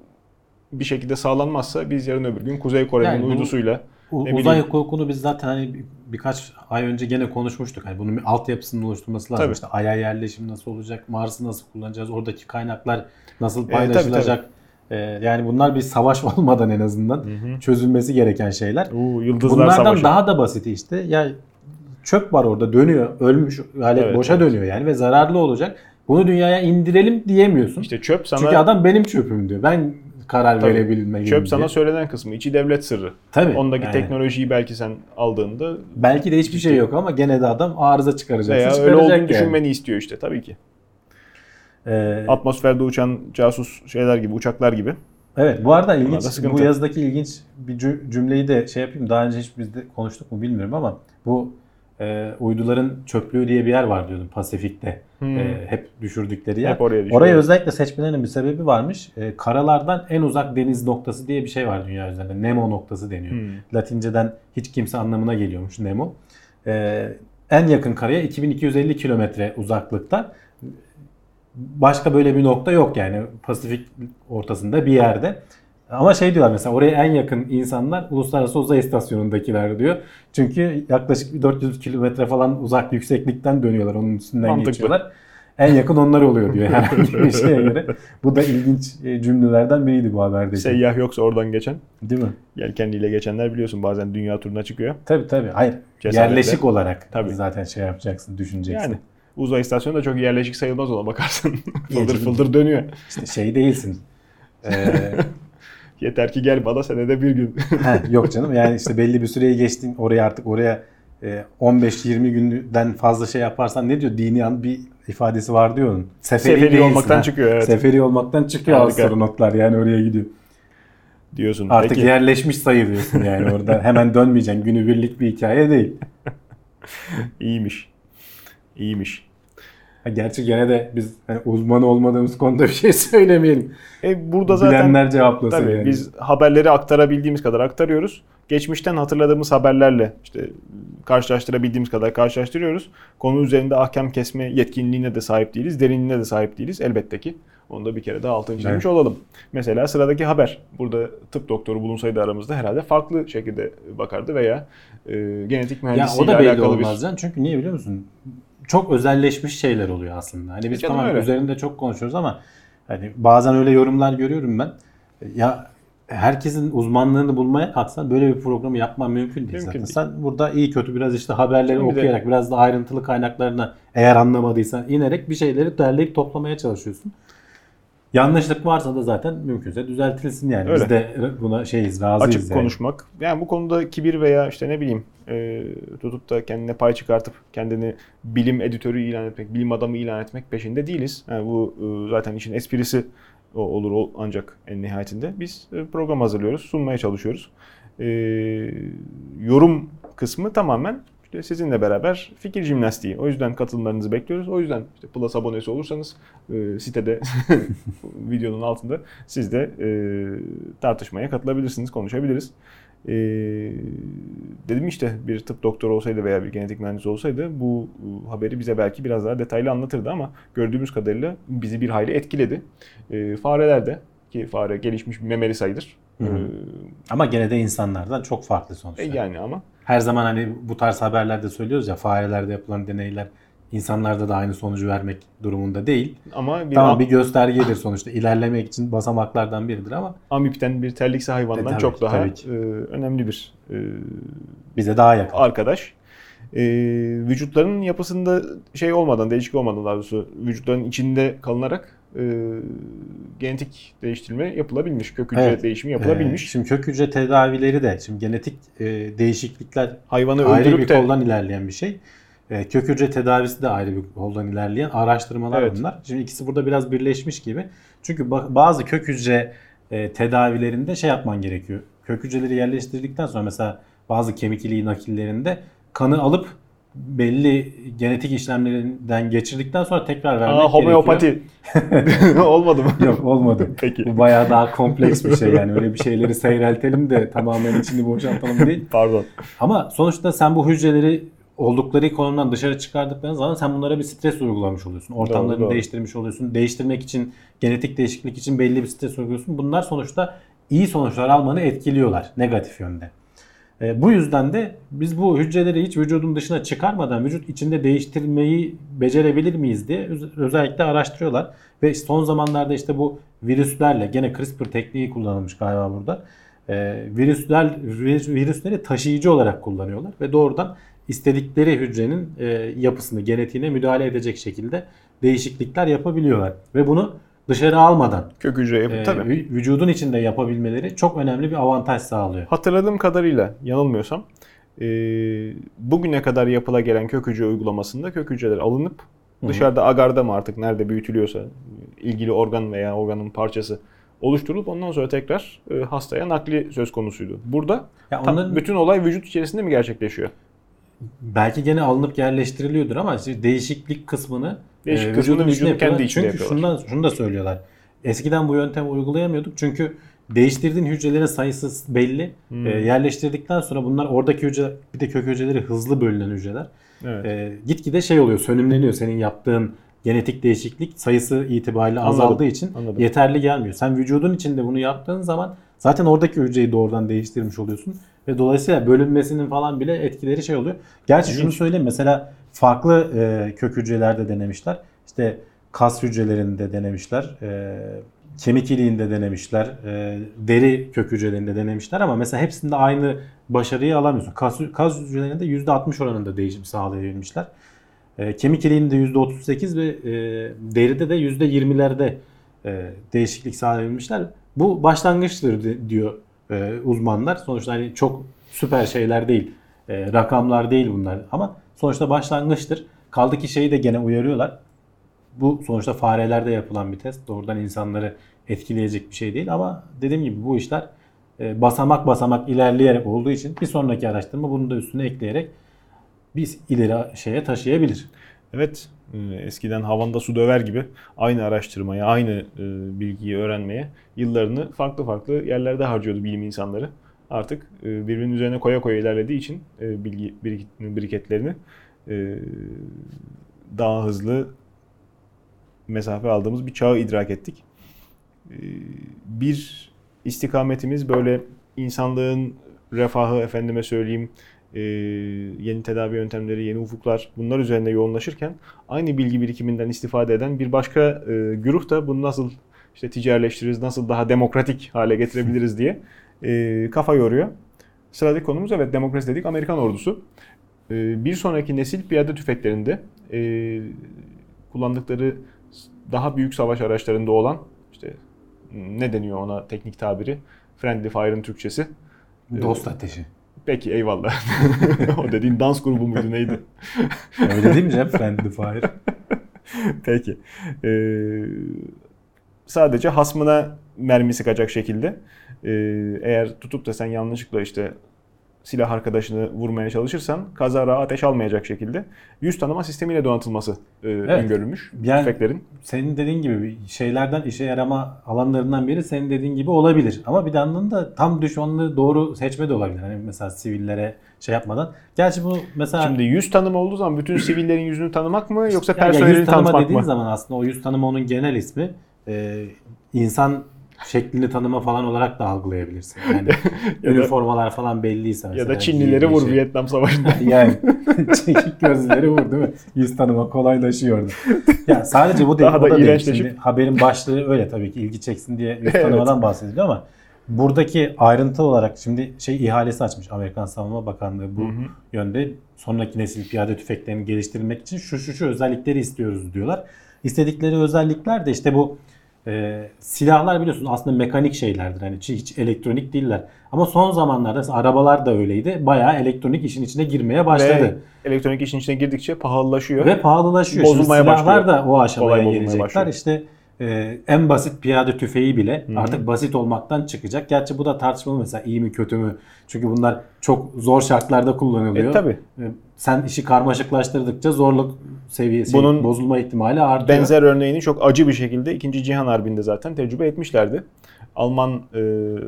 bir şekilde sağlanmazsa biz yarın öbür gün Kuzey Kore'nin Yani bu- uydusuyla U- Ne Uzay bileyim. hukukunu biz zaten hani bir- birkaç ay önce gene konuşmuştuk. Hani bunun bir altyapısının oluşturması lazım. Tabii. İşte Ay'a yerleşim nasıl olacak, Mars'ı nasıl kullanacağız, oradaki kaynaklar nasıl tabii, paylaşılacak. Ee, yani bunlar bir savaş olmadan en azından hı. çözülmesi gereken şeyler. Oo, Yıldızlar Bunlardan Savaşı. daha da basiti işte. Ya çöp var orada dönüyor, ölmüş alet Evet, boşa evet. dönüyor yani ve zararlı olacak. Bunu dünyaya indirelim diyemiyorsun. İşte çöp sana Çünkü adam benim çöpüm diyor. Ben karar Tabii. verebilmeliyim çöp sana diye. söylenen kısmı içi devlet sırrı. Tabii. Ondaki yani. teknolojiyi belki sen aldığında Belki de hiçbir şey yok ama gene de adam arıza çıkaracak. veya öyle çıkaracak olduğunu yani. düşünmeni istiyor işte tabii ki. Ee, Atmosferde uçan casus şeyler gibi, uçaklar gibi. evet bu arada Bunlar ilginç, da sıkıntı. bu yazdaki ilginç bir cü- cümleyi de şey yapayım. Daha önce hiç biz de konuştuk mu bilmiyorum ama bu e, uyduların çöplüğü diye bir yer var diyordum Pasifik'te. Hmm. E, hep düşürdükleri yer. Hep oraya düşüyor. Orayı özellikle seçmelerinin bir sebebi varmış. E, karalardan en uzak deniz noktası diye bir şey var dünya üzerinde. Nemo noktası deniyor. Hmm. Latinceden hiç kimse anlamına geliyormuş Nemo. E, en yakın karaya iki bin iki yüz elli kilometre uzaklıkta. Başka böyle bir nokta yok yani Pasifik ortasında bir yerde. Ama şey diyorlar mesela oraya en yakın insanlar Uluslararası Uzay İstasyonu'ndakiler diyor. Çünkü yaklaşık bir dört yüz kilometre falan uzak yükseklikten dönüyorlar. Onun üstünden Mantıklı. geçiyorlar. En yakın onlar oluyor diyor herhangi bir şeye göre. Bu da ilginç e, cümlelerden biriydi bu haberdeki. Seyyah yoksa oradan geçen. Değil mi? Yelkenliyle geçenler biliyorsun bazen dünya turuna çıkıyor. Tabii tabii. Hayır. Cesaretle. Yerleşik olarak Tabii. zaten şey yapacaksın, düşüneceksin. Yani uzay istasyonu da çok yerleşik sayılmaz ona bakarsan. fıldır canım. fıldır dönüyor. İşte şey değilsin. Ee, Yeter ki gel bana senede bir gün. He, yok canım yani işte belli bir süreyi geçtin oraya artık oraya e, on beş yirmi günden fazla şey yaparsan ne diyor dini an bir ifadesi var diyor onun. Seferi, Seferi değilsin, olmaktan ha. çıkıyor, evet. Seferi olmaktan çıkıyor Harika. astronotlar yani oraya gidiyor. Diyorsun. Artık Peki. yerleşmiş sayılıyorsun yani orada hemen dönmeyeceksin günübirlik bir hikaye değil. İyiymiş. İyiymiş. Ha, gerçi gene de biz hani uzman olmadığımız konuda bir şey söylemeyelim. E burada zaten Bilenler cevaplasın tabii yani. biz haberleri aktarabildiğimiz kadar aktarıyoruz. Geçmişten hatırladığımız haberlerle işte karşılaştırabildiğimiz kadar karşılaştırıyoruz. Konu üzerinde ahkam kesme yetkinliğine de sahip değiliz, derinliğine de sahip değiliz elbette ki. Onu da bir kere daha altını çizmiş Evet. olalım. Mesela sıradaki haber. Burada tıp doktoru bulunsaydı aramızda herhalde farklı şekilde bakardı veya e, genetik Ya mühendisliğiyle o da belli alakalı olmaz bir... can. Çünkü niye biliyor musun? Çok özelleşmiş şeyler oluyor aslında. Hani biz E canım tamam öyle. üzerinde çok konuşuyoruz ama hani bazen öyle yorumlar görüyorum ben. Ya herkesin uzmanlığını bulmaya kalksan böyle bir programı yapman mümkün değil Mümkün zaten. değil. Sen burada iyi kötü biraz işte haberleri Şimdi de- okuyarak biraz da ayrıntılı kaynaklarına eğer anlamadıysan inerek bir şeyleri derleyip toplamaya çalışıyorsun. Yanlışlık varsa da zaten mümkünse düzeltilsin yani. Öyle. Biz de buna şeyiz, razıyız Açık yani. konuşmak. Yani bu konuda kibir veya işte ne bileyim e, tutup da kendine pay çıkartıp kendini bilim editörü ilan etmek, bilim adamı ilan etmek peşinde değiliz. Yani bu e, zaten işin esprisi o olur o, ancak en nihayetinde. Biz e, program hazırlıyoruz, sunmaya çalışıyoruz. E, yorum kısmı tamamen işte sizinle beraber fikir jimnastiği. O yüzden katılımlarınızı bekliyoruz. O yüzden işte Plus abonesi olursanız e, sitede videonun altında siz de e, tartışmaya katılabilirsiniz, konuşabiliriz. E, dedim işte bir tıp doktoru olsaydı veya bir genetik mühendisi olsaydı bu e, haberi bize belki biraz daha detaylı anlatırdı ama gördüğümüz kadarıyla bizi bir hayli etkiledi. E, farelerde ki fare gelişmiş bir memeli sayılır. Hı hı. E, Ama gene de insanlardan çok farklı sonuçta. e, yani ama Her zaman hani bu tarz haberlerde söylüyoruz ya farelerde yapılan deneyler insanlarda da aynı sonucu vermek durumunda değil. ama bir, Tamam am- bir göstergedir sonuçta. İlerlemek için basamaklardan biridir ama amipten bir terliksi hayvandan E, tabii çok ki, daha tabii ki. e, önemli bir e, bize daha yakın. arkadaş. E, vücutlarının yapısında şey olmadan, değişik olmadan daha doğrusu vücutların içinde kalınarak e, genetik değiştirme yapılabilmiş, kök hücre Evet. değişimi yapılabilmiş. Ee, şimdi kök hücre tedavileri de şimdi genetik e, değişiklikler Hayvanı ayrı bir öldürüp de koldan ilerleyen bir şey. E, kök hücre tedavisi de ayrı bir koldan ilerleyen araştırmalar Evet. bunlar. Şimdi ikisi burada biraz birleşmiş gibi. Çünkü ba- bazı kök hücre e, tedavilerinde şey yapman gerekiyor. Kök hücreleri yerleştirdikten sonra mesela bazı kemik iliği nakillerinde kanı alıp belli genetik işlemlerinden geçirdikten sonra tekrar vermek Aa, gerekiyor. homeopati olmadı mı? Yok olmadı. Peki. Bu bayağı daha kompleks bir şey yani. Öyle bir şeyleri seyreltelim de tamamen içini boşaltalım değil. Pardon. Ama sonuçta sen bu hücreleri oldukları konumdan dışarı çıkardıkların zaman sen bunlara bir stres uygulamış oluyorsun. Ortamlarını Doğru, doğru. değiştirmiş oluyorsun. Değiştirmek için, genetik değişiklik için belli bir stres uyguluyorsun. Bunlar sonuçta iyi sonuçlar almanı etkiliyorlar negatif yönde. E, bu yüzden de biz bu hücreleri hiç vücudun dışına çıkarmadan vücut içinde değiştirmeyi becerebilir miyiz diye öz- özellikle araştırıyorlar. Ve son zamanlarda işte bu virüslerle gene CRISPR tekniği kullanılmış galiba burada. E, virüsler virüs- virüsleri taşıyıcı olarak kullanıyorlar ve doğrudan istedikleri hücrenin e, yapısını, genetiğine müdahale edecek şekilde değişiklikler yapabiliyorlar. Ve bunu dışarı almadan Kök hücre yapı e, tabii. vü- vücudun içinde yapabilmeleri çok önemli bir avantaj sağlıyor. Hatırladığım kadarıyla yanılmıyorsam e, bugüne kadar yapıla gelen kök hücre uygulamasında kök hücreler alınıp Hı hı. dışarıda agarda mı artık nerede büyütülüyorsa ilgili organ veya organın parçası oluşturulup ondan sonra tekrar e, hastaya nakli söz konusuydu. Burada Ya tam onların bütün olay vücut içerisinde mi gerçekleşiyor? belki gene alınıp yerleştiriliyordur ama işte değişiklik kısmını Değişik e, kısmını vücudun içinde vücudun kendi yapıyorlar. içinde Çünkü yapıyorlar. şundan şunu da söylüyorlar. Eskiden bu yöntemi uygulayamıyorduk. Çünkü değiştirdiğin hücrelerin sayısı belli. Hmm. E, yerleştirdikten sonra bunlar oradaki hücre bir de kök hücreleri hızlı bölünen hücreler. Evet. E, gitgide şey oluyor, sönümleniyor senin yaptığın genetik değişiklik sayısı itibariyle Anladım, azaldığı için anladım. yeterli gelmiyor. Sen vücudun içinde bunu yaptığın zaman zaten oradaki hücreyi doğrudan değiştirmiş oluyorsun ve dolayısıyla bölünmesinin falan bile etkileri şey oluyor. Gerçi şunu söyleyeyim mesela farklı e, kök hücrelerde denemişler. İşte kas hücrelerinde denemişler. E, kemik iliğinde denemişler. E, deri kök hücrelerinde denemişler ama mesela hepsinde aynı başarıyı alamıyorsun. Kas, kas hücrelerinde yüzde altmış oranında değişim sağlayabilmişler. E, kemik iliğinde yüzde otuz sekiz ve e, deride de yüzde yirmilerde e, değişiklik sağlayabilmişler. Bu başlangıçtır di- diyor e, uzmanlar. Sonuçta hani çok süper şeyler değil. E, rakamlar değil bunlar ama sonuçta başlangıçtır. Kaldı ki şeyi de gene uyarıyorlar. Bu sonuçta farelerde yapılan bir test. Doğrudan insanları etkileyecek bir şey değil ama dediğim gibi bu işler e, basamak basamak ilerleyerek olduğu için bir sonraki araştırma bunu da üstüne ekleyerek biz ileri şeye taşıyabilir. Evet, e, eskiden havanda su döver gibi aynı araştırmaya, aynı e, bilgiyi öğrenmeye yıllarını farklı farklı yerlerde harcıyordu bilim insanları. Artık e, birbirinin üzerine koya koya ilerlediği için e, bilgi birik- biriketlerini e, daha hızlı mesafe aldığımız bir çağı idrak ettik. E, bir istikametimiz böyle insanlığın refahı, efendime söyleyeyim, e, yeni tedavi yöntemleri, yeni ufuklar bunlar üzerinde yoğunlaşırken aynı bilgi birikiminden istifade eden bir başka e, güruh da bunu nasıl işte ticarileştiririz, nasıl daha demokratik hale getirebiliriz diye e, kafa yoruyor. Sıradaki konumuz evet demokrasi dedik, Amerikan ordusu. E, bir sonraki nesil piyade tüfeklerinde e, kullandıkları daha büyük savaş araçlarında olan işte ne deniyor ona teknik tabiri? Friendly Fire'ın Türkçesi. Dost ateşi. Peki eyvallah. O dediğin dans grubu muydu neydi? Öyle değil mi Cem? Friendly Fire. Peki. Ee, sadece hasmına mermi sıkacak şekilde. Ee, eğer tutup da sen yanlışlıkla işte silah arkadaşını vurmaya çalışırsan kazara ateş almayacak şekilde yüz tanıma sistemiyle donatılması e, evet. öngörülmüş yani, tüfeklerin. Senin dediğin gibi şeylerden işe yarama alanlarından biri senin dediğin gibi olabilir. Ama bir yandan da tam düşmanlığı doğru seçme de olabilir. Hani mesela sivillere şey yapmadan. Gerçi bu mesela... Şimdi yüz tanıma olduğu zaman bütün sivillerin yüzünü tanımak mı yoksa yani personelini tanıtmak mı? Yüz tanıma dediğin zaman aslında o yüz tanıma onun genel ismi. Ee, insan şeklini tanıma falan olarak da algılayabilirsin. Yani üniformalar falan belliyse mesela. Ya da Çinlileri vur şey. Vietnam Savaşı'nda. Yani çekik gözlüleri vur değil mi? Yüz tanıma kolaylaşıyor orada. Ya sadece bu değil. Daha o da da değil. Şimdi haberin başlığı öyle tabii ki ilgi çeksin diye yüz tanımadan evet. bahsediliyor ama buradaki ayrıntı olarak şimdi şey ihalesi açmış Amerikan Savunma Bakanlığı bu hı hı. yönde sonraki nesil piyade tüfeklerini geliştirmek için şu şu şu özellikleri istiyoruz diyorlar. İstedikleri özellikler de işte bu Ee, silahlar biliyorsun aslında mekanik şeylerdir. Hani hiç elektronik değiller. Ama son zamanlarda arabalar da öyleydi. Bayağı elektronik işin içine girmeye başladı. Ve elektronik işin içine girdikçe pahalılaşıyor. Ve pahalılaşıyor. Bozulmaya Şimdi silahlar başlıyor. da o aşamaya gelecekler. Başlıyor. İşte e, en basit piyade tüfeği bile Hı-hı. artık basit olmaktan çıkacak. Gerçi bu da tartışmalı mesela iyi mi kötü mü? Çünkü bunlar çok zor şartlarda kullanılıyor. E, tabii. E, sen işi karmaşıklaştırdıkça zorluk seviyesi, bunun bozulma ihtimali artıyor. Benzer örneğini çok acı bir şekilde ikinci. Cihan Harbi'nde zaten tecrübe etmişlerdi. Alman e,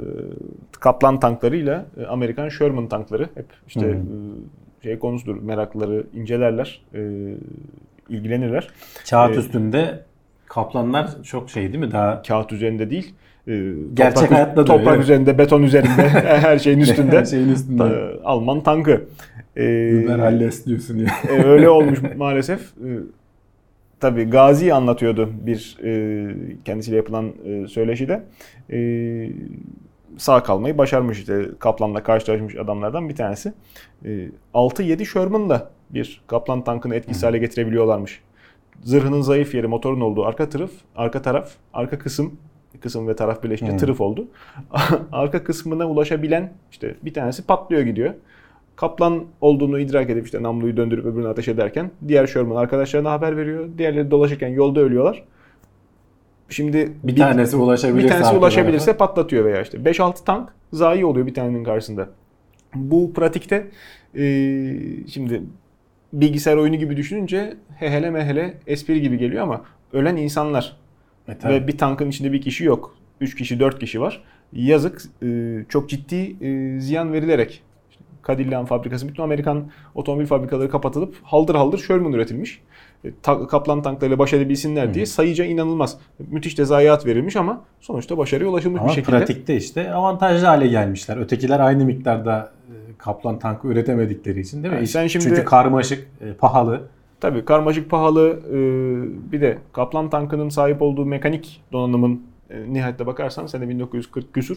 Kaplan tanklarıyla e, Amerikan Sherman tankları hep işte e, şey konusudur. Meraklıları incelerler, e, ilgilenirler. Kağıt e, üstünde Kaplanlar çok şey değil mi? Daha kağıt üzerinde değil. E, gerçek toprak, hayatta da toprak öyle. üzerinde, beton üzerinde, her şeyin üstünde. Her şeyin üstünde. E, Alman tankı. Überalles diyorsun ya. E, öyle olmuş maalesef. E, tabii Gazi anlatıyordu bir e, kendisiyle yapılan e, söyleşide. E, sağ kalmayı başarmış işte Kaplan'la karşılaşmış adamlardan bir tanesi. E, altı yedi Sherman'la bir Kaplan tankını etkisiz hale getirebiliyorlarmış. Zırhının zayıf yeri motorun olduğu arka taraf, arka taraf, arka kısım, kısım ve taraf birleşince hmm. tırıf oldu. Arka kısmına ulaşabilen işte bir tanesi patlıyor gidiyor. Kaplan olduğunu idrak edip işte namluyu döndürüp öbürüne ateş ederken diğer Sherman arkadaşlarına haber veriyor. Diğerleri dolaşırken yolda ölüyorlar. Şimdi bir, bir tanesi ulaşabilirse, bir tanesi ulaşabilirse tarafa patlatıyor veya işte beş altı tank zayi oluyor bir tanenin karşısında. Bu pratikte e, şimdi bilgisayar oyunu gibi düşününce hehele mehele espri gibi geliyor ama ölen insanlar e, ve bir tankın içinde bir kişi yok. üç kişi dört kişi var. Yazık e, çok ciddi e, ziyan verilerek Cadillac'ın fabrikası, bütün Amerikan otomobil fabrikaları kapatılıp haldır haldır Sherman üretilmiş. Ta- Kaplan tanklarıyla baş edebilsinler Hı. diye sayıca inanılmaz. Müthiş de zayiat verilmiş ama sonuçta başarıya ulaşılmış ama bir şekilde. Ama pratikte işte avantajlı hale gelmişler. Ötekiler aynı miktarda Kaplan tankı üretemedikleri için değil mi? Yani sen şimdi, çünkü karmaşık, pahalı. Tabii karmaşık, pahalı. Bir de Kaplan tankının sahip olduğu mekanik donanımın nihayetine bakarsan sene bin dokuz yüz kırk küsur.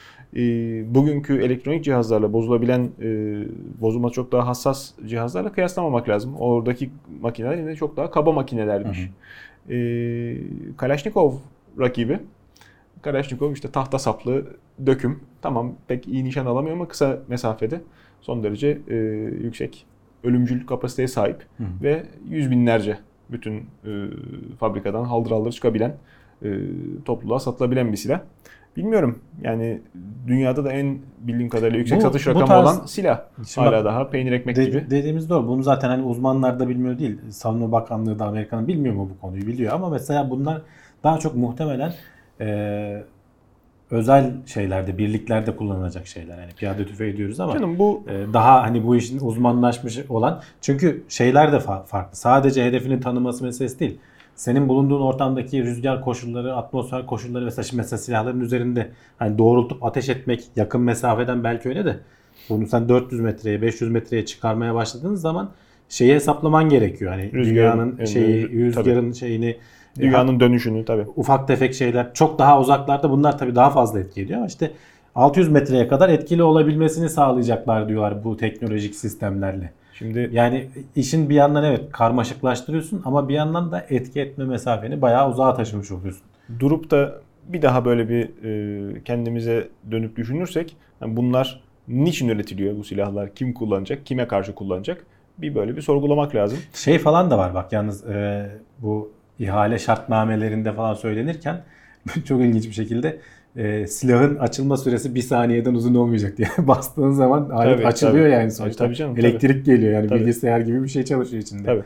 Bugünkü elektronik cihazlarla bozulabilen, bozulması çok daha hassas cihazlarla kıyaslamamak lazım. Oradaki makineler yine çok daha kaba makinelermiş. Hı hı. Kalashnikov rakibi. Kalashnikov işte tahta saplı döküm. Tamam pek iyi nişan alamıyor ama kısa mesafede son derece e, yüksek ölümcül kapasiteye sahip. Hı hı. Ve yüz binlerce bütün e, fabrikadan haldır haldır çıkabilen, e, topluluğa satılabilen bir silah. Bilmiyorum yani dünyada da en bildiğim kadarıyla yüksek bu, satış rakamı tarz, olan silah. Hala bak, daha peynir ekmek de, gibi. Dediğimiz doğru. Bunu zaten hani uzmanlar da bilmiyor değil. Savunma Bakanlığı da Amerika'nın bilmiyor mu bu konuyu biliyor. Ama mesela bunlar daha çok muhtemelen e, özel şeylerde, birliklerde kullanılacak şeyler. Yani piyade tüfeği diyoruz ama Canım bu e, daha hani bu işin uzmanlaşmış olan. Çünkü şeyler de fa- farklı. Sadece hedefini tanıması meselesi değil. Senin bulunduğun ortamdaki rüzgar koşulları, atmosfer koşulları mesela, mesela silahların üzerinde hani doğrultup ateş etmek yakın mesafeden belki öyle de bunu sen dört yüz metreye, beş yüz metreye çıkarmaya başladığın zaman şeyi hesaplaman gerekiyor. Hani Rüzgar, dünyanın yani, şeyi, rüzgarın tabii. şeyini Dünyanın dönüşünü tabii. Ufak tefek şeyler çok daha uzaklarda bunlar tabii daha fazla etki ediyor ama işte altı yüz metreye kadar etkili olabilmesini sağlayacaklar diyorlar bu teknolojik sistemlerle. Şimdi yani işin bir yandan evet karmaşıklaştırıyorsun ama bir yandan da etki etme mesafeni bayağı uzağa taşımış oluyorsun. durup da bir daha böyle bir e, kendimize dönüp düşünürsek yani bunlar niçin üretiliyor bu silahlar? Kim kullanacak? Kime karşı kullanacak? Bir böyle bir sorgulamak lazım. Şey falan da var bak yalnız e, bu ihale şartnamelerinde falan söylenirken çok ilginç bir şekilde e, silahın açılma süresi bir saniyeden uzun olmayacak diye bastığın zaman alet Tabii, açılıyor tabii. yani sonuçta. Tabii canım, elektrik geliyor yani Tabii. bilgisayar gibi bir şey çalışıyor içinde. Tabii.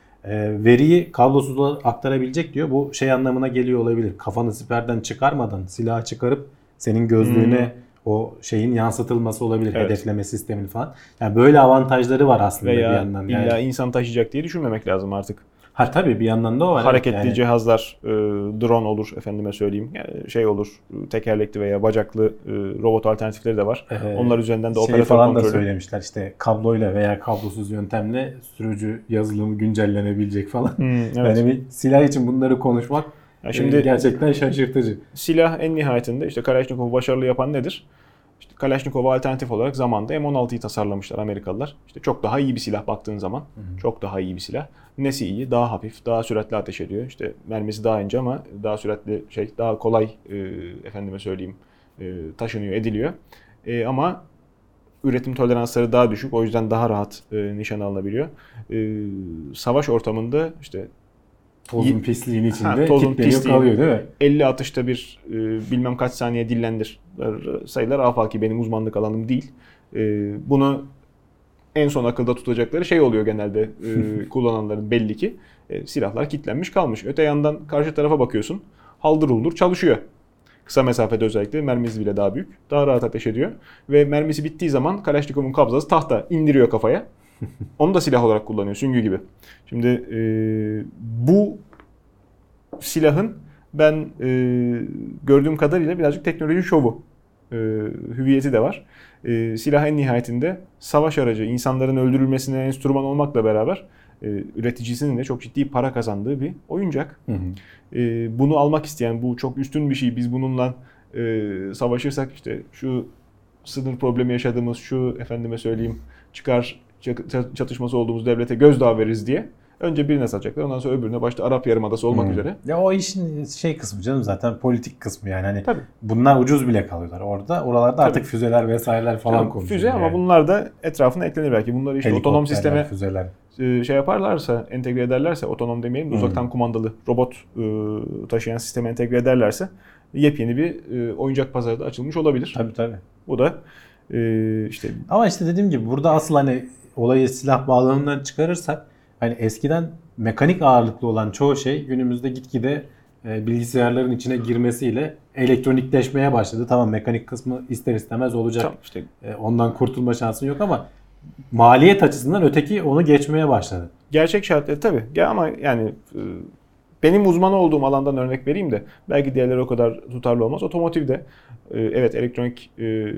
E, veriyi kablosuz aktarabilecek diyor. Bu şey anlamına geliyor olabilir. Kafanı siperden çıkarmadan silahı çıkarıp senin gözlüğüne Hmm. o şeyin yansıtılması olabilir. Evet. Hedefleme sistemini falan. Yani böyle avantajları var aslında Veya bir yandan. Yani. illa insan taşıyacak diye düşünmemek lazım artık. Ha tabii bir yandan da o var. Hareketli evet, yani. cihazlar, e, drone olur efendime söyleyeyim. Yani şey olur, tekerlekli veya bacaklı e, robot alternatifleri de var. Ee, Onlar üzerinden de şey operatör falan da kontrolü. söylemişler işte kabloyla veya kablosuz yöntemle sürücü yazılımı güncellenebilecek falan. Hmm, evet. Yani bir silah için bunları konuşmak Ya şimdi şimdi gerçekten şaşırtıcı. silah en nihayetinde işte Kalashnikov'u başarılı yapan nedir? İşte Kalashnikov'a alternatif olarak zamanda M on altıyı tasarlamışlar Amerikalılar. İşte çok daha iyi bir silah baktığın zaman. Hı hı. Çok daha iyi bir silah. Nesi iyi? Daha hafif, daha süratli ateş ediyor. İşte mermisi daha ince ama daha süratli şey, daha kolay e, efendime söyleyeyim e, taşınıyor, ediliyor. E, ama üretim toleransları daha düşük. O yüzden daha rahat e, nişan alınabiliyor. E, savaş ortamında işte Tozun İyi- pisliğin içinde Ha, tozun kilitleniyor pisliği. kalıyor değil mi? elli atışta bir e, bilmem kaç saniye dillendir sayılar afaki benim uzmanlık alanım değil. E, bunu en son akılda tutacakları şey oluyor genelde e, kullananların belli ki e, silahlar kilitlenmiş kalmış. Öte yandan karşı tarafa bakıyorsun haldır huldur çalışıyor. Kısa mesafede özellikle mermisi bile daha büyük. Daha rahat ateş ediyor. Ve mermisi bittiği zaman Kalashnikov'un kabzası tahta indiriyor kafaya. Onu da silah olarak kullanıyor süngü gibi. Şimdi e, bu silahın ben e, gördüğüm kadarıyla birazcık teknoloji şovu e, hüviyeti de var. E, silah en nihayetinde savaş aracı, insanların öldürülmesine enstrüman olmakla beraber e, üreticisinin de çok ciddi para kazandığı bir oyuncak. Hı hı. E, bunu almak isteyen, bu çok üstün bir şey, biz bununla e, savaşırsak işte şu sınır problemi yaşadığımız, şu efendime söyleyeyim çıkar çatışması olduğumuz devlete gözdağı veririz diye önce birine satacaklar. Ondan sonra öbürüne başta Arap Yarımadası olmak Hmm. üzere. Ya o işin şey kısmı canım zaten politik kısmı yani hani Tabii. bunlar ucuz bile kalıyorlar orada. Oralarda artık Tabii. füzeler vesaireler falan Canım, konuşuyor. füze ama yani. bunlar da etrafına eklenir belki. Bunları işte otonom Helikopterler, sisteme füzeler. e, şey yaparlarsa, entegre ederlerse, otonom demeyelim de Hmm. uzaktan kumandalı robot e, taşıyan sisteme entegre ederlerse yepyeni bir e, oyuncak pazarı da açılmış olabilir. Tabii tabii. Bu da e, işte Ama işte dediğim gibi burada asıl hani olayı silah bağlamından çıkarırsak hani eskiden mekanik ağırlıklı olan çoğu şey günümüzde gitgide e, bilgisayarların içine girmesiyle elektronikleşmeye başladı. Tamam mekanik kısmı ister istemez olacak. tam işte E, ondan kurtulma şansın yok ama maliyet açısından öteki onu geçmeye başladı. gerçek şartları tabii. Ya ama yani e, benim uzman olduğum alandan örnek vereyim de belki diğerleri o kadar tutarlı olmaz. Otomotivde e, evet elektronik e,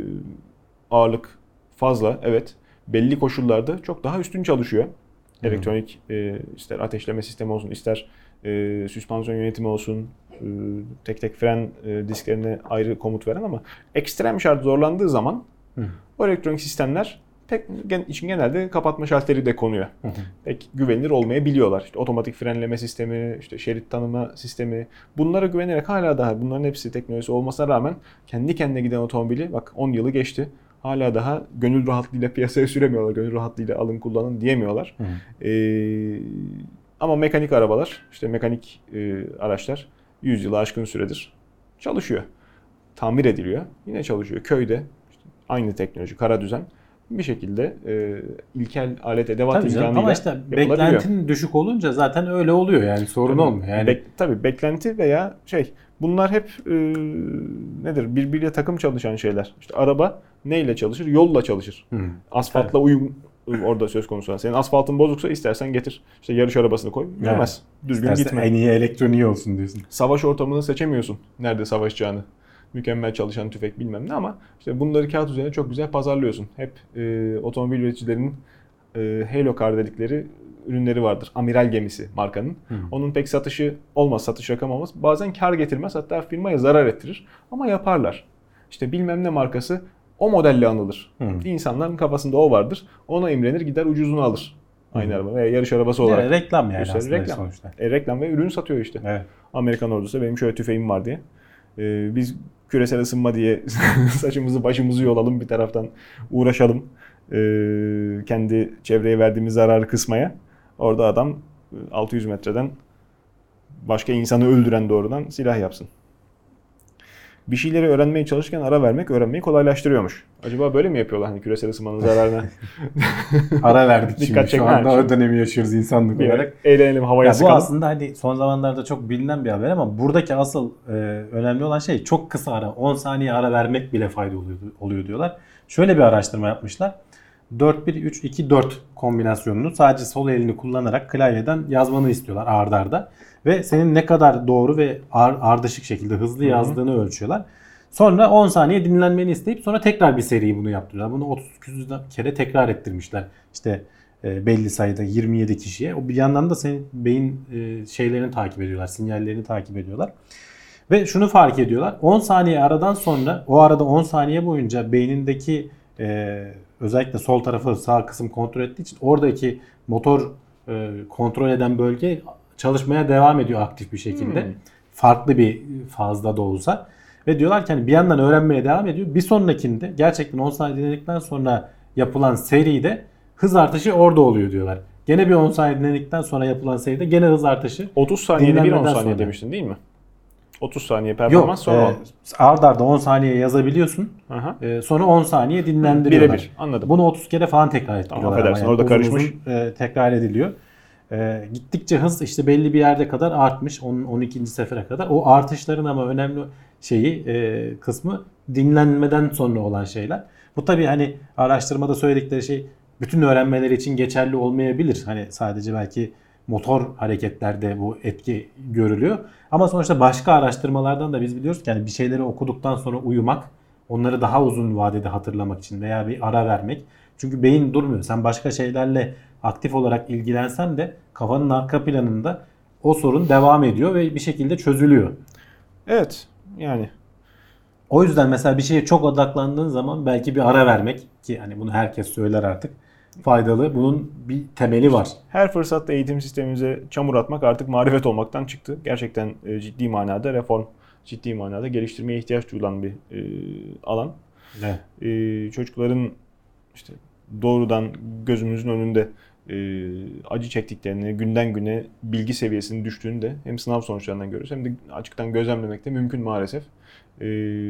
ağırlık fazla, evet belli koşullarda çok daha üstün çalışıyor. Hı hı. Elektronik e, ister ateşleme sistemi olsun, ister e, süspansiyon yönetimi olsun, e, tek tek fren e, disklerine ayrı komut veren ama ekstrem şart zorlandığı zaman Hı. o elektronik sistemler pek gen, için genelde kapatma şalteri de konuyor. Hı hı. Pek güvenilir olmayabiliyorlar. İşte otomatik frenleme sistemi, işte şerit tanıma sistemi. Bunlara güvenerek hala daha bunların hepsi teknolojisi olmasına rağmen kendi kendine giden otomobili bak on yılı geçti. Hala daha gönül rahatlığıyla piyasaya süremiyorlar. Gönül rahatlığıyla alın kullanın diyemiyorlar. Hı hı. Ee, ama mekanik arabalar, işte mekanik e, araçlar yüz yılı aşkın süredir çalışıyor. Tamir ediliyor. Yine çalışıyor. Köyde işte aynı teknoloji, kara düzen bir şekilde e, ilkel alet edevat Tabii canım imkanıyla ama işte yapılabiliyor. beklentin düşük olunca zaten öyle oluyor yani sorun olmuyor. Yani Bek- tabii beklenti veya şey bunlar hep e, nedir birbiriyle takım çalışan şeyler. İşte araba neyle çalışır? Yolla çalışır. Hı. Asfaltla uyum orada söz konusu. Senin asfaltın bozuksa istersen getir. İşte yarış arabasını koy. Yürümez. Düzgün İsterse gitme. en iyi elektroniği olsun diyorsun. Savaş ortamını seçemiyorsun. Nerede savaşacağını. Mükemmel çalışan tüfek bilmem ne ama işte bunları kağıt üzerine çok güzel pazarlıyorsun. Hep e, otomobil üreticilerinin e, Helokar dedikleri ürünleri vardır. Amiral gemisi markanın. Hı. Onun pek satışı olmaz, satış rakamı olmaz. Bazen kar getirmez, hatta firmaya zarar ettirir. Ama yaparlar. İşte bilmem ne markası o modelle anılır. Hı. İnsanların kafasında o vardır. Ona imrenir, gider ucuzunu alır. Aynı Hı. araba veya yarış arabası olarak. Yani reklam yani Gösterir, aslında reklam. sonuçta. E, reklam ve ürün satıyor işte. Evet. Amerikan ordusu benim şöyle tüfeğim var diye. Ee, biz küresel ısınma diye saçımızı başımızı yolalım, bir taraftan uğraşalım. Ee, kendi çevreye verdiğimiz zararı kısmaya. Orada adam altı yüz metreden başka insanı öldüren doğrudan silah yapsın. Bir şeyleri öğrenmeye çalışırken ara vermek öğrenmeyi kolaylaştırıyormuş. Acaba böyle mi yapıyorlar hani küresel ısınmanın zararına? Ara verdik şimdi. Dikkat Şu çekme. anda o dönemi yaşıyoruz insanlık Bir olarak. eğlenelim, havaya Ya bu sıkalım. aslında hani son zamanlarda çok bilinen bir haber ama buradaki asıl e, önemli olan şey çok kısa ara. on saniye ara vermek bile fayda oluyor, oluyor diyorlar. Şöyle bir araştırma yapmışlar. dört bir üç iki dört kombinasyonunu sadece sol elini kullanarak klavyeden yazmanı istiyorlar ard arda. Ve senin ne kadar doğru ve ar- ardışık şekilde hızlı yazdığını ölçüyorlar. Sonra on saniye dinlenmeni isteyip sonra tekrar bir seriyi bunu yaptırıyorlar. Bunu otuz küsür kere tekrar ettirmişler. İşte e, belli sayıda yirmi yedi kişiye. O bir yandan da senin beyin e, şeylerini takip ediyorlar, sinyallerini takip ediyorlar. Ve şunu fark ediyorlar. on saniye aradan sonra o arada on saniye boyunca beynindeki e, özellikle sol tarafı sağ kısım kontrol ettiği için oradaki motor e, kontrol eden bölge çalışmaya devam ediyor aktif bir şekilde. Hmm. Farklı bir fazda da olsa. Ve diyorlar ki hani bir yandan öğrenmeye devam ediyor. Bir sonrakinde gerçekten on saniye dinledikten sonra yapılan seride hız artışı orada oluyor diyorlar. Gene bir on saniye dinledikten sonra yapılan seride gene hız artışı. otuz saniyede bir on dinlenmeden saniye sonra. demiştin değil mi? otuz saniye performans Yok, sonra. e, ard arda on saniye yazabiliyorsun. Aha. E, sonra on saniye dinlendiriyorlar. Birebir, anladım. Bunu otuz kere falan tekrar ettiriyorlar. Tamam, affedersin, ama orada uzun karışmış. uzun, e, tekrar ediliyor. E, gittikçe hız işte belli bir yerde kadar artmış. on on ikinci sefere kadar. O artışların ama önemli şeyi e, kısmı dinlenmeden sonra olan şeyler. Bu tabii hani araştırmada söyledikleri şey bütün öğrenmeler için geçerli olmayabilir. Hani sadece belki motor hareketlerde bu etki görülüyor. Ama sonuçta başka araştırmalardan da biz biliyoruz ki yani bir şeyleri okuduktan sonra uyumak, onları daha uzun vadede hatırlamak için veya bir ara vermek. Çünkü beyin durmuyor. Sen başka şeylerle aktif olarak ilgilensen de kafanın arka planında o sorun devam ediyor ve bir şekilde çözülüyor. Evet, yani. O yüzden mesela bir şeye çok odaklandığın zaman belki bir ara vermek, ki hani bunu herkes söyler artık, faydalı. Bunun bir temeli var. Her fırsatta eğitim sistemimize çamur atmak artık marifet olmaktan çıktı. Gerçekten e, ciddi manada reform, ciddi manada geliştirmeye ihtiyaç duyulan bir e, alan. Evet. E, çocukların işte doğrudan gözümüzün önünde e, acı çektiklerini, günden güne bilgi seviyesinin düştüğünü de hem sınav sonuçlarından görüyoruz hem de açıktan gözlemlemek de mümkün maalesef. E,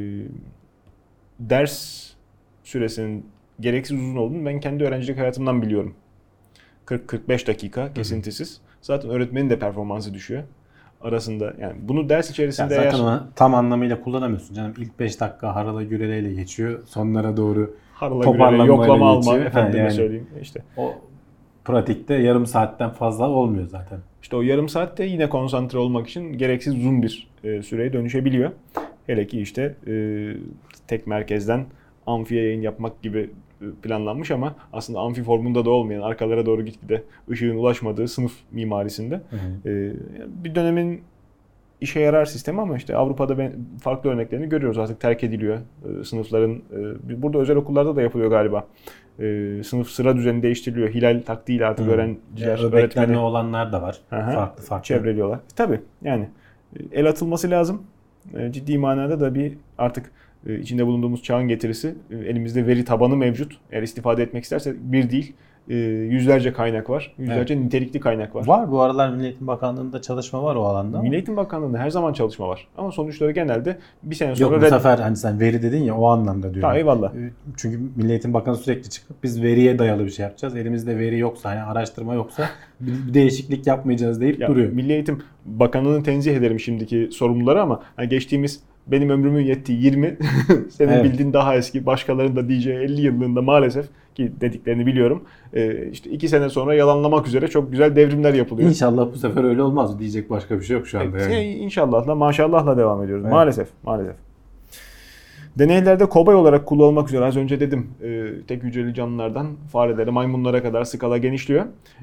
ders süresinin gereksiz uzun olduğunu ben kendi öğrencilik hayatımdan biliyorum. kırk kırk beş dakika kesintisiz. Zaten öğretmenin de performansı düşüyor. Arasında yani bunu ders içerisinde Ya zaten eğer onu tam anlamıyla kullanamıyorsun canım. İlk beş dakika harala güreleyle geçiyor. Sonlara doğru harala toparlanmayla gürele, yoklama alma, geçiyor. Ha, efendime yani. söyleyeyim. İşte. o pratikte yarım saatten fazla olmuyor zaten. İşte o yarım saatte yine konsantre olmak için gereksiz uzun bir e, süreye dönüşebiliyor. Hele ki işte e, tek merkezden amfiye yayın yapmak gibi planlanmış ama aslında amfi formunda da olmayan, arkalara doğru gitgide ışığın ulaşmadığı sınıf mimarisinde Hı hı. e, bir dönemin işe yarar sistemi ama işte Avrupa'da ben farklı örneklerini görüyoruz, artık terk ediliyor. E, sınıfların e, burada özel okullarda da yapılıyor galiba. E, sınıf sıra düzeni değiştiriliyor. Hilal taktiğiyle artık Hı. öğrenciler, Öbeklenme öğretmeni olanlar da var. Aha, farklı farklı. çevreliyorlar. E, tabii yani e, el atılması lazım. E, ciddi manada da bir artık e, içinde bulunduğumuz çağın getirisi, e, elimizde veri tabanı mevcut. Eğer istifade etmek istersek bir değil, e, yüzlerce kaynak var. Yüzlerce evet. nitelikli kaynak var. Var, bu aralar Milli Eğitim Bakanlığı'nda çalışma var o alanda. Milli Eğitim Bakanlığı'nda her zaman çalışma var. Ama sonuçları genelde bir sene Yok sonra bu red... sefer hani sen veri dedin ya, o anlamda diyorum. Ha, eyvallah. Çünkü Milli Eğitim Bakanı sürekli çıkıp biz veriye dayalı bir şey yapacağız. Elimizde veri yoksa, hani araştırma yoksa bir değişiklik yapmayacağız deyip ya, duruyor. Milli Eğitim Bakanlığı'nı tenzih ederim şimdiki sorumluları ama hani geçtiğimiz benim ömrümün yettiği yirmi, senin evet. bildiğin daha eski, başkalarının da diyeceği elli yıllığında maalesef ki dediklerini biliyorum. Ee, işte iki sene sonra yalanlamak üzere çok güzel devrimler yapılıyor. İnşallah bu sefer öyle olmaz. Diyecek başka bir şey yok şu anda. Evet, yani. İnşallahla, maşallahla devam ediyoruz. Evet. Maalesef, maalesef. Deneylerde kobay olarak kullanılmak üzere az önce dedim e, tek hücreli canlılardan farelere, maymunlara kadar skala genişliyor.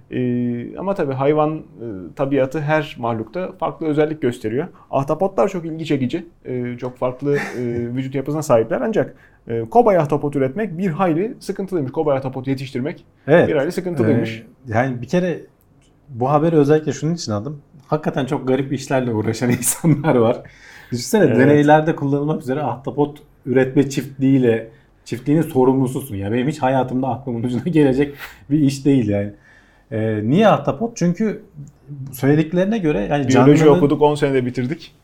E, ama tabii hayvan e, tabiatı her mahlukta farklı özellik gösteriyor. Ahtapotlar çok ilgi çekici, e, çok farklı e, vücut yapısına sahipler ancak e, kobay ahtapot üretmek bir hayli sıkıntılıymış. Kobay ahtapot yetiştirmek Evet. bir hayli sıkıntılıymış. Ee, yani bir kere bu haberi özellikle şunun için aldım. Hakikaten çok garip işlerle uğraşan insanlar var. Düşünsene Evet. deneylerde kullanılmak üzere ahtapot üretme çiftliğiyle çiftliğinin sorumlususun. Ya benim hiç hayatımda aklımın ucuna gelecek bir iş değil yani. Ee, niye ahtapot? Çünkü söylediklerine göre yani Biyoloji canlının... okuduk, on senede bitirdik.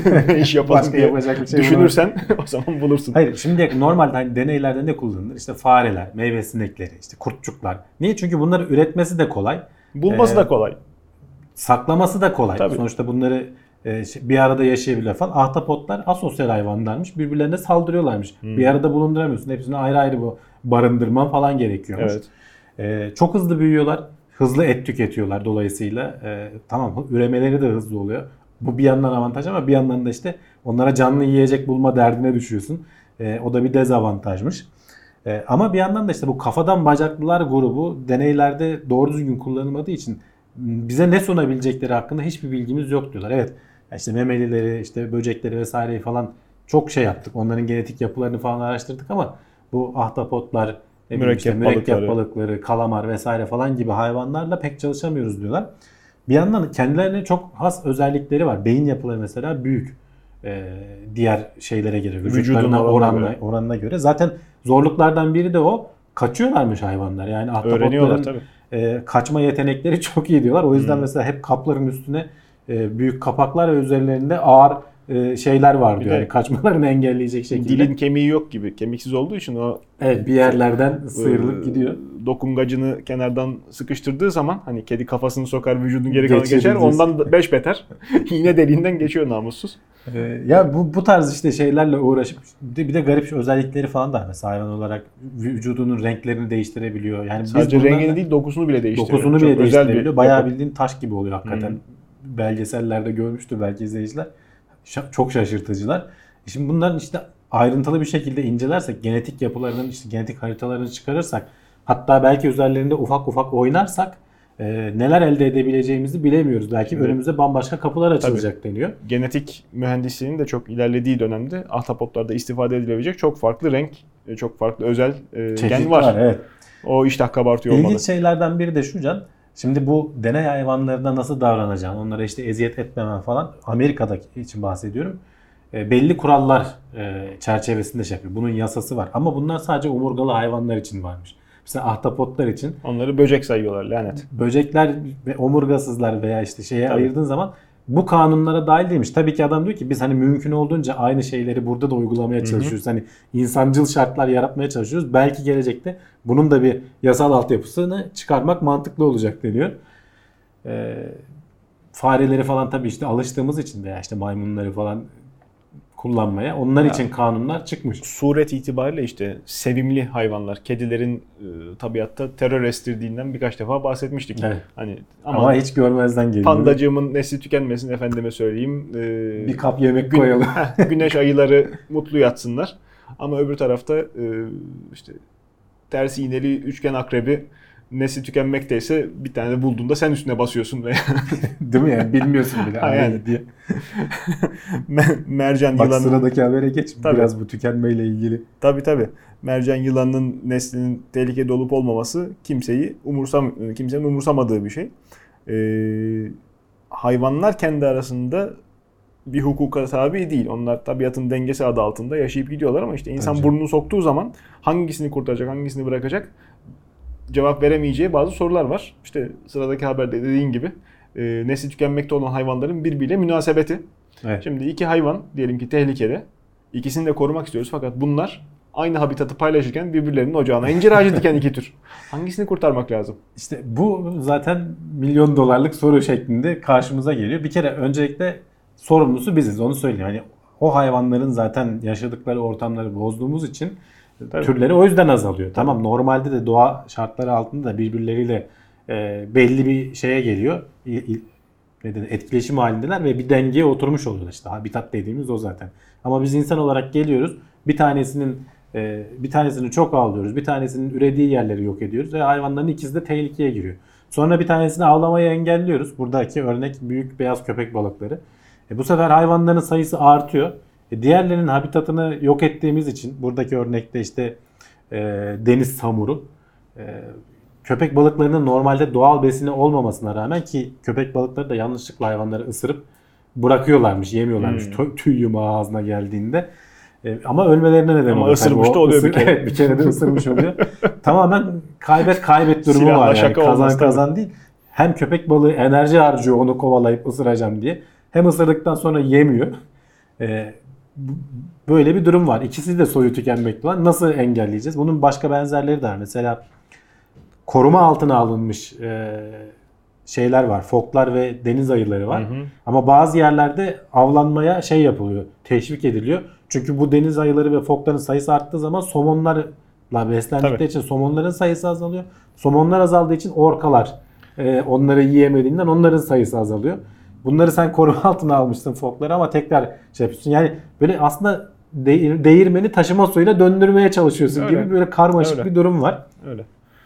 İş yapalım Başka diye yapacak bir şey düşünürsen o zaman bulursun. Hayır, şimdi normalde hani deneylerde ne kullanılır? İşte fareler, meyve sinekleri, işte kurtçuklar. Niye? Çünkü bunları üretmesi de kolay. Bulması Ee, da kolay. Saklaması da kolay. Tabii. Sonuçta bunları e, şey- bir arada yaşayabiliyor falan. Ahtapotlar asosyal hayvanlarmış. Birbirlerine saldırıyorlarmış. Hmm. Bir arada bulunduramıyorsun. Hepsini ayrı ayrı bu barındırman falan gerekiyormuş. Evet. E, çok hızlı büyüyorlar. Hızlı et tüketiyorlar dolayısıyla. E, tamam, üremeleri de hızlı oluyor. Bu bir yandan avantaj ama bir yandan da işte onlara canlı yiyecek bulma derdine düşüyorsun. E, o da bir dezavantajmış. E, ama bir yandan da işte bu kafadan bacaklılar grubu deneylerde doğru düzgün kullanılmadığı için bize ne sunabilecekleri hakkında hiçbir bilgimiz yok diyorlar. Evet, işte memelileri, işte böcekleri vesaireyi falan çok şey yaptık. Onların genetik yapılarını falan araştırdık ama bu ahtapotlar, ne bileyim Mürekkep işte mürekkep balıkları. balıkları, kalamar vesaire falan gibi hayvanlarla pek çalışamıyoruz diyorlar. Bir yandan kendilerine çok has özellikleri var. Beyin yapıları mesela büyük. Ee, diğer şeylere göre, Vücudun vücutlarına oranına oranla, göre. oranına göre. Zaten zorluklardan biri de o. Kaçıyorlarmış hayvanlar. Yani Öğreniyorlar ahtapotların tabii. e, kaçma yetenekleri çok iyi diyorlar. O yüzden Hmm. mesela hep kapların üstüne e, büyük kapaklar ve üzerlerinde ağır e, şeyler var Bir diyor. de Yani kaçmalarını engelleyecek şekilde. Dilin kemiği yok gibi. Kemiksiz olduğu için o Evet, bir yerlerden sıyrılıp e, gidiyor. dokungacını kenardan sıkıştırdığı zaman hani kedi kafasını sokar vücudun geri kalanı Geçirir geçer. diyorsun. Ondan da beş beter. İğne deliğinden geçiyor namussuz. Ee, ya bu bu tarz işte şeylerle uğraşıp bir de, bir de garip özellikleri falan da var. Mesela hayvan olarak vücudunun renklerini değiştirebiliyor. Yani biz Sadece bunlarla- rengini değil dokusunu bile değiştiriyor. dokusunu Çok bile özel bir değiştirebiliyor. Bayağı yapı. bildiğin taş gibi oluyor hakikaten. Hı. Belgesellerde görmüştür belki izleyiciler. Şa- çok şaşırtıcılar. E Şimdi bunların işte ayrıntılı bir şekilde incelersek, genetik yapılarının işte genetik haritalarını çıkarırsak, hatta belki üzerlerinde ufak ufak oynarsak e, neler elde edebileceğimizi bilemiyoruz. Belki Şimdi- önümüze bambaşka kapılar açılacak deniyor. Genetik mühendisliğinin de çok ilerlediği dönemde ahtapotlarda istifade edilebilecek çok farklı renk, çok farklı özel e, Çeşit gen var. evet. O iştah kabartıyor olmalı. İlginç şeylerden biri de şu Can. Şimdi bu deney hayvanlarına nasıl davranacağın, onlara işte eziyet etmemen falan, Amerika'daki için bahsediyorum. E, belli kurallar e, çerçevesinde şey yapıyor. Bunun yasası var. Ama bunlar sadece omurgalı hayvanlar için varmış. Mesela ahtapotlar için Onları böcek sayıyorlar lanet. böcekler ve omurgasızlar veya işte şeye Tabii. ayırdığın zaman bu kanunlara dahil değilmiş. Tabii ki adam diyor ki biz hani mümkün olduğunca aynı şeyleri burada da uygulamaya çalışıyoruz. Hani insancıl şartlar yaratmaya çalışıyoruz. Belki gelecekte bunun da bir yasal altyapısını çıkarmak mantıklı olacak deniyor. Ee, fareleri falan tabii işte alıştığımız için veya işte maymunları falan kullanmaya onlar Ya. için kanunlar çıkmış. Suret itibariyle işte sevimli hayvanlar, kedilerin e, tabiatta terör estirdiğinden birkaç defa bahsetmiştik. Evet. Hani Ama, ama, hiç görmezden geliyor. pandacığımın nesli tükenmesin efendime söyleyeyim. E, Bir kap yemek gün- koyalım. Heh, güneş ayıları mutlu yatsınlar. Ama öbür tarafta e, işte ters iğneli üçgen akrebi nesli tükenmekteyse bir tane bulduğunda sen üstüne basıyorsun veya Değil mi yani? Bilmiyorsun bile. Ha, Ay yani. diye. mer- mercan Bak yılanı. sıradaki habere geç. Tabii. Biraz bu tükenmeyle ilgili. Tabii tabii. Mercan yılanının neslinin tehlikede olup olmaması kimseyi umursam kimsenin umursamadığı bir şey. Ee, hayvanlar kendi arasında bir hukuka tabi değil. Onlar tabiatın dengesi adı altında yaşayıp gidiyorlar ama işte insan Tabii canım. burnunu soktuğu zaman hangisini kurtaracak, hangisini bırakacak cevap veremeyeceği bazı sorular var. İşte sıradaki haberde dediğin gibi e, nesli tükenmekte olan hayvanların birbiriyle münasebeti. Evet. Şimdi iki hayvan diyelim ki tehlikede. İkisini de korumak istiyoruz fakat bunlar aynı habitatı paylaşırken birbirlerinin ocağına incir ağacı diken iki tür. Hangisini kurtarmak lazım? İşte bu zaten milyon dolarlık soru şeklinde karşımıza geliyor. Bir kere öncelikle sorumlusu biziz, onu söyleyeyim. Hani o hayvanların zaten yaşadıkları ortamları bozduğumuz için Tabii. türleri o yüzden azalıyor. Tamam, normalde de doğa şartları altında da birbirleriyle e, belli bir şeye geliyor. İ- il- ne denir, etkileşim halindeler ve bir dengeye oturmuş oluyorlar. İşte habitat dediğimiz o zaten. Ama biz insan olarak geliyoruz. Bir tanesinin e, bir tanesini çok avlıyoruz. Bir tanesinin ürediği yerleri yok ediyoruz ve hayvanların ikisi de tehlikeye giriyor. Sonra bir tanesini avlamayı engelliyoruz. Buradaki örnek büyük beyaz köpek balıkları. E, bu sefer hayvanların sayısı artıyor. E, diğerlerinin habitatını yok ettiğimiz için buradaki örnekte işte e, deniz samuru, e, köpek balıklarının normalde doğal besini olmamasına rağmen, ki köpek balıkları da yanlışlıkla hayvanları ısırıp bırakıyorlarmış, yemiyorlarmış hmm. tüy yumağı ağzına geldiğinde. E, ama ölmelerine neden oluyor. Ama ısırmış da oluyor ısır, bir kere. Evet, bir kere de ısırmış oluyor. Tamamen kaybet kaybet durumu Silahla var yani. Kazan olmaz, kazan tabii. değil. Hem köpek balığı enerji harcıyor onu kovalayıp ısıracağım diye. Hem ısırdıktan sonra yemiyor. E, böyle bir durum var. İkisi de soyu tükenmekte olan. Nasıl engelleyeceğiz? Bunun başka benzerleri de var. Mesela koruma altına alınmış e, şeyler var. Foklar ve deniz ayıları var. Hı hı. Ama bazı yerlerde avlanmaya şey yapılıyor. Teşvik ediliyor. Çünkü bu deniz ayıları ve fokların sayısı arttığı zaman somonlarla beslendikleri Tabii. için somonların sayısı azalıyor. Somonlar azaldığı için orkalar e, onları yiyemediğinden onların sayısı azalıyor. Bunları sen koruma altına almışsın fokları ama tekrar şey yapıyorsun. Yani böyle aslında de- değirmeni taşıma suyuna döndürmeye çalışıyorsun Öyle. gibi böyle karmaşık Öyle. bir durum var. Öyle.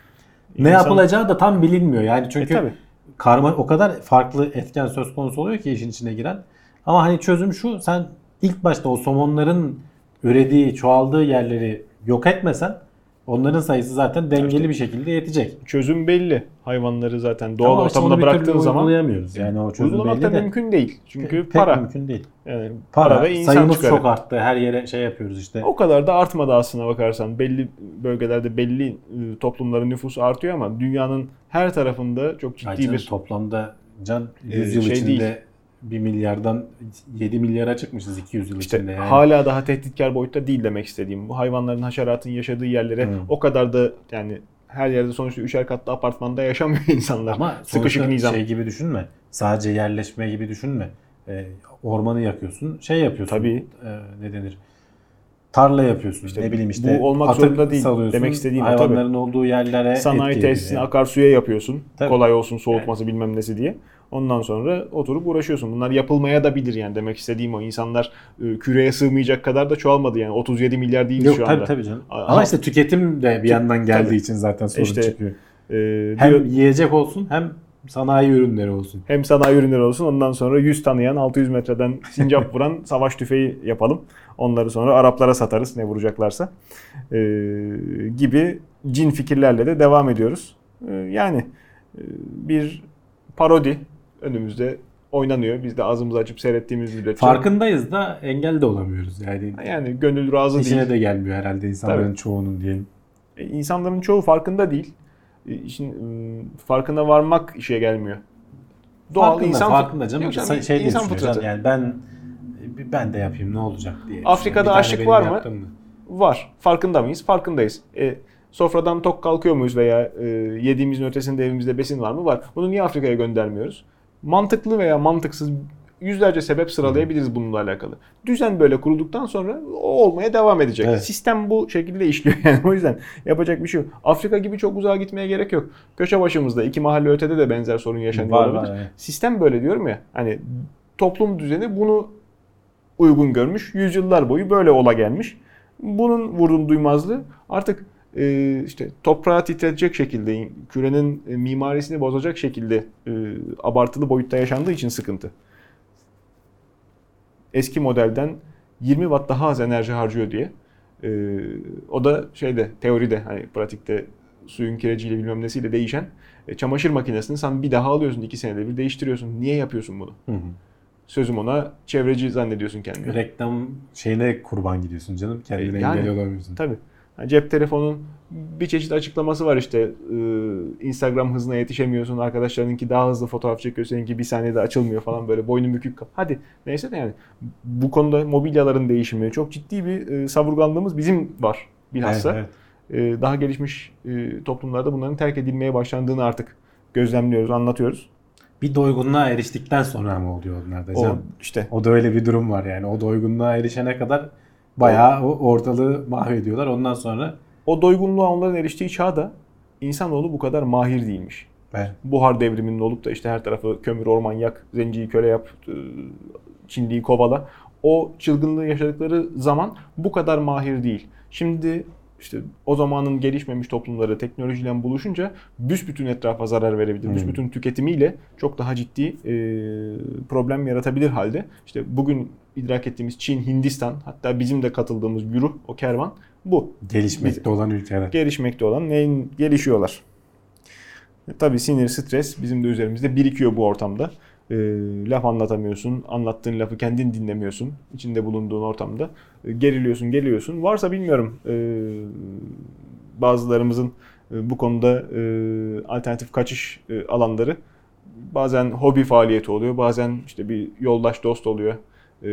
Ne İnsan... yapılacağı da tam bilinmiyor. Yani çünkü e, karma o kadar farklı etken söz konusu oluyor ki işin içine giren. Ama hani çözüm şu: sen ilk başta o somonların ürediği, çoğaldığı yerleri yok etmesen onların sayısı zaten dengeli işte, bir şekilde yetecek. Çözüm belli. Hayvanları zaten doğal ortamına bıraktığın zaman uygulayamıyoruz. Yani o çözüm uygulamak da mümkün değil. Çünkü pek para mümkün değil. Yani para, para ve insan sayımız çıkarı. çok arttı. Her yere şey yapıyoruz işte. O kadar da artmadı aslına bakarsan. Belli bölgelerde belli toplumların nüfusu artıyor ama dünyanın her tarafında çok ciddi Ay bir toplamda can yüz yıl şey içinde değil. bir milyardan yedi milyara çıkmışız iki yüz yıl işte içinde. Yani. Hala daha tehditkar boyutta değil demek istediğim. Bu hayvanların, haşeratın yaşadığı yerlere hmm. o kadar da yani her yerde sonuçta üçer katlı apartmanda yaşamıyor insanlar. Ama sıkışık nizam. Şey gibi düşünme. Sadece yerleşme gibi düşünme. Ee, ormanı yakıyorsun, şey yapıyorsun. Tabii. E, ne denir? Tarla yapıyorsun. İşte ne bileyim işte. Bu olmak zorunda değil. Demek istediğim o tabii. Hayvanların olduğu yerlere sanayi tesisini yani. Akarsuya yapıyorsun. Tabii. Kolay olsun soğutması yani. Bilmem nesi diye. Ondan sonra oturup uğraşıyorsun. Bunlar yapılmaya da bilir yani. Demek istediğim o. İnsanlar e, küreye sığmayacak kadar da çoğalmadı yani. otuz yedi milyar değil Yok, şu tabii, anda. Tabii canım. Ama, Ama işte tüketim de bir yandan geldiği tabii. için zaten sorun işte, çıkıyor. E, hem diyor, yiyecek olsun hem sanayi ürünleri olsun. Hem sanayi ürünleri olsun. Ondan sonra yüz tanıyan, altı yüz metreden sincap vuran savaş tüfeği yapalım. Onları sonra Araplara satarız ne vuracaklarsa. E, gibi cin fikirlerle de devam ediyoruz. E, yani e, bir parodi önümüzde oynanıyor. Biz de ağzımızı açıp seyrettiğimiz müddetçe. Farkındayız da engel de olamıyoruz. Yani yani gönül razı İşine değil. de gelmiyor herhalde insanların Tabii. çoğunun diyelim. E, insanların çoğu farkında değil. E, işin farkına varmak işe gelmiyor. Doğal farkında, insan farkında canım. Yok, şey insan fıtratı. Yani ben ben de yapayım ne olacak diye. Afrika'da açlık var mı? Var. Farkında mıyız? Farkındayız. E, Sofradan tok kalkıyor muyuz veya e, yediğimizin ötesinde evimizde besin var mı? Var. Bunu niye Afrika'ya göndermiyoruz? Mantıklı veya mantıksız yüzlerce sebep sıralayabiliriz bununla alakalı. Düzen böyle kurulduktan sonra o olmaya devam edecek. Evet. Sistem bu şekilde işliyor yani. O yüzden yapacak bir şey yok. Afrika gibi çok uzağa gitmeye gerek yok. Köşe başımızda iki mahalle ötede de benzer sorun yaşanıyor var, olabilir. Var, evet. Sistem böyle diyorum ya. Hani toplum düzeni bunu uygun görmüş. Yüzyıllar boyu böyle ola gelmiş. Bunun vurdum duymazlığı artık Ee, işte toprağı titretecek şekilde, kürenin mimarisini bozacak şekilde e, abartılı boyutta yaşandığı için sıkıntı. Eski modelden yirmi watt daha az enerji harcıyor diye. E, o da şeyde teoride hani pratikte suyun kireciyle bilmem nesiyle değişen e, çamaşır makinesini sen bir daha alıyorsun, iki senede bir değiştiriyorsun. Niye yapıyorsun bunu? Hı hı. Sözüm ona çevreci zannediyorsun kendini. Reklam şeyine kurban gidiyorsun canım. Kendine yani, engel olamıyorsun. Tabii. Cep telefonun bir çeşit açıklaması var işte. Instagram hızına yetişemiyorsun. Arkadaşlarınki daha hızlı fotoğraf çekiyor. Seninki bir saniyede açılmıyor falan böyle boynun bükük. Hadi neyse de yani bu konuda mobilyaların değişimi çok ciddi bir savurganlığımız bizim var bilhassa. Evet, evet. Daha gelişmiş toplumlarda bunların terk edilmeye başlandığını artık gözlemliyoruz, anlatıyoruz. Bir doygunluğa eriştikten sonra mı oluyor onlar da canım? O, işte. O da öyle bir durum var yani. O doygunluğa erişene kadar bayağı o ortalığı mahvediyorlar. Ondan sonra o doygunluğa onların eriştiği çağda insanoğlu bu kadar mahir değilmiş. Evet. Buhar devriminin olup da işte her tarafı kömür, orman yak, zenciyi köle yap, e, Çinliyi kovala. O çılgınlığı yaşadıkları zaman bu kadar mahir değil. Şimdi işte o zamanın gelişmemiş toplumları teknolojiyle buluşunca büsbütün etrafa zarar verebilir. Hmm. Büsbütün tüketimiyle çok daha ciddi e, problem yaratabilir halde. İşte bugün idrak ettiğimiz Çin, Hindistan, hatta bizim de katıldığımız güruh, o kervan bu. Gelişmekte Biz, olan ülkeler. Gelişmekte olan neyin gelişiyorlar. E, tabii sinir, stres bizim de üzerimizde birikiyor bu ortamda. E, laf anlatamıyorsun, anlattığın lafı kendin dinlemiyorsun içinde bulunduğun ortamda. E, geriliyorsun, geliyorsun. Varsa bilmiyorum e, bazılarımızın e, bu konuda e, alternatif kaçış e, alanları. Bazen hobi faaliyeti oluyor, bazen işte bir yoldaş, dost oluyor. E,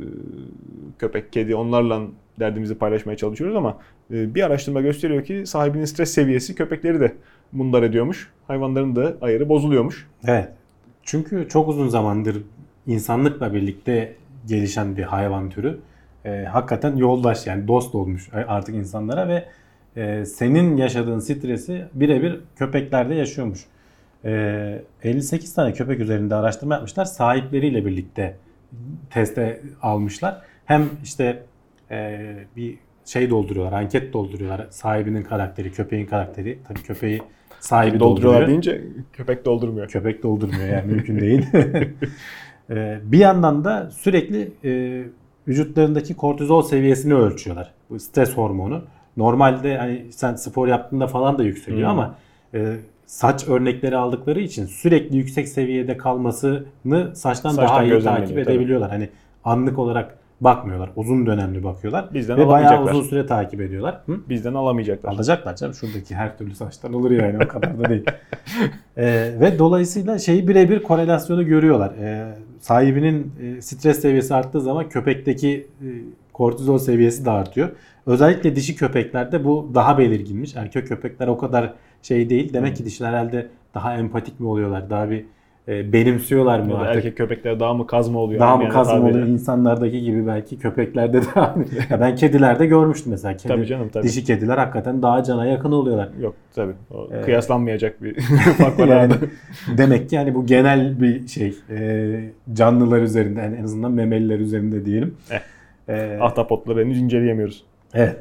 köpek, kedi, onlarla derdimizi paylaşmaya çalışıyoruz ama e, bir araştırma gösteriyor ki sahibinin stres seviyesi köpekleri de mundar ediyormuş. Hayvanların da ayarı bozuluyormuş. Evet. Çünkü çok uzun zamandır insanlıkla birlikte gelişen bir hayvan türü. E, hakikaten yoldaş, yani dost olmuş artık insanlara ve e, senin yaşadığın stresi birebir köpeklerde yaşıyormuş. E, elli sekiz tane köpek üzerinde araştırma yapmışlar. Sahipleriyle birlikte teste almışlar. Hem işte e, bir şey dolduruyorlar, anket dolduruyorlar. Sahibinin karakteri, köpeğin karakteri. Tabii köpeği sahibi Dolduruyorlar dolduruyor. deyince köpek doldurmuyor. Köpek doldurmuyor yani, mümkün değil. Ee, bir yandan da sürekli e, vücutlarındaki kortizol seviyesini ölçüyorlar. Bu stres hormonu. Normalde hani sen spor yaptığında falan da yükseliyor Hmm. ama e, saç örnekleri aldıkları için sürekli yüksek seviyede kalmasını saçtan, Saçtan daha iyi gözlemleniyor, takip tabii. edebiliyorlar. Hani anlık olarak bakmıyorlar. Uzun dönemli bakıyorlar. Bizden ve bayağı alamayacaklar. uzun süre takip ediyorlar. Hı? Bizden alamayacaklar. Alacaklar canım. Şuradaki her türlü saçtan olur yani, o kadar da değil. Ee, ve dolayısıyla şeyi birebir korelasyonu görüyorlar. Ee, sahibinin e, stres seviyesi arttığı zaman köpekteki e, kortizol seviyesi de artıyor. Özellikle dişi köpeklerde bu daha belirginmiş. Erkek köpekler o kadar şey değil. Demek ki dişiler herhalde daha empatik mi oluyorlar? Daha bir e, benimsiyorlar mı Ya da artık? erkek köpekler daha mı kazma oluyor? Daha mı Amiyane kazma tabiriyle. oluyor? İnsanlardaki gibi belki köpeklerde de aynı. Ya ben kedilerde görmüştüm mesela. Kedi, Tabii canım, tabii. Dişi kediler hakikaten daha cana yakın oluyorlar. Yok tabii. O Ee, kıyaslanmayacak bir fark var Yani arada. demek ki yani bu genel bir şey. E, canlılar üzerinde, yani en azından memeliler üzerinde diyelim. Eh. E, Ahtapotları henüz inceleyemiyoruz. evet.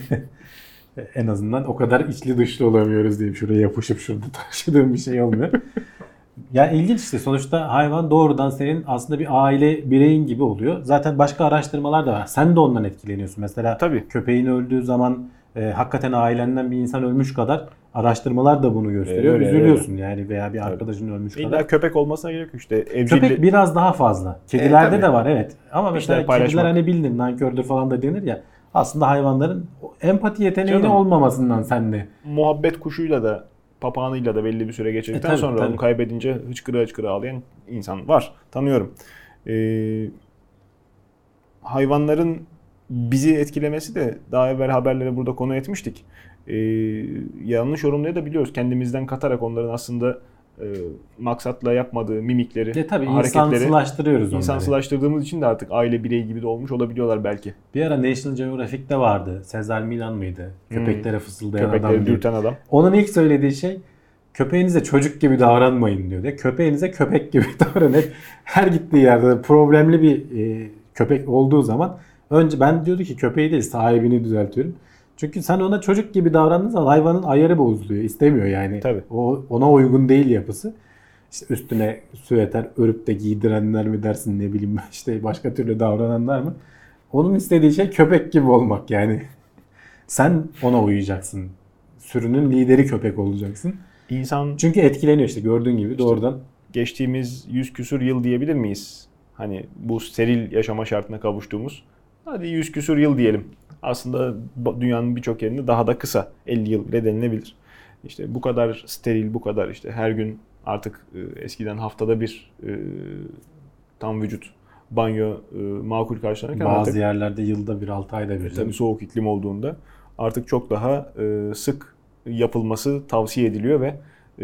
En azından o kadar içli dışlı olamıyoruz diyeyim. Şuraya yapışıp şurada taşıdığım bir şey olmuyor. Ya ilginç işte, sonuçta hayvan doğrudan senin aslında bir aile bireyin gibi oluyor. Zaten başka araştırmalar da var. Sen de ondan etkileniyorsun. Mesela Tabii. köpeğin öldüğü zaman e, hakikaten ailenden bir insan ölmüş kadar araştırmalar da bunu gösteriyor. Ee, öyle, Üzülüyorsun yani, veya bir arkadaşın ölmüş İlla kadar. köpek olmasına gerek yok işte. Evcilli... Köpek biraz daha fazla. Kedilerde E, de var evet. Ama mesela İşleri paylaşmak. kediler hani bildin nankördür falan da denir ya. Aslında hayvanların o empati yeteneğinin Canım. olmamasından sen de. Muhabbet kuşuyla da papağanıyla da belli bir süre geçirdikten E, tabii, sonra tabii. onu kaybedince hıçkıra hıçkıra ağlayan insan var. Tanıyorum. Ee, hayvanların bizi etkilemesi de daha evvel haberlere burada konu etmiştik. Ee, yanlış yorumlayabiliyoruz. Kendimizden katarak onların aslında e, maksatla yapmadığı mimikleri, E tabii hareketleri insansılaştırıyoruz onları. insansılaştırdığımız için de artık aile bireyi gibi de olmuş olabiliyorlar belki. Bir ara National Geographic'te vardı. Cesar Milan mıydı? Köpeklere fısıldayan adam Köpekleri diye. dürten adam. Onun ilk söylediği şey, köpeğinize çocuk gibi davranmayın diyor. Köpeğinize köpek gibi davranın. Her gittiği yerde problemli bir e, köpek olduğu zaman önce ben diyordu ki köpeği değil sahibini düzeltiyorum. Çünkü sen ona çocuk gibi davrandığın zaman hayvanın ayarı bozuluyor. İstemiyor yani. Tabii. O ona uygun değil yapısı. İşte üstüne süveter örüp de giydirenler mi dersin, ne bileyim işte başka türlü davrananlar mı? Onun istediği şey köpek gibi olmak yani. Sen ona uyacaksın. Sürünün lideri köpek olacaksın. İnsan Çünkü etkileniyor işte gördüğün gibi doğrudan. geçtiğimiz yüz küsur yıl diyebilir miyiz? Hani bu steril yaşama şartına kavuştuğumuz. Hadi yüz küsur yıl diyelim. Aslında dünyanın birçok yerinde daha da kısa. elli yıl bile denilebilir. İşte bu kadar steril, bu kadar işte her gün artık e, eskiden haftada bir e, tam vücut banyo e, makul karşılanırken Bazı artık yerlerde yılda bir, altı ayda bir. tabii soğuk iklim olduğunda artık çok daha e, sık yapılması tavsiye ediliyor ve e,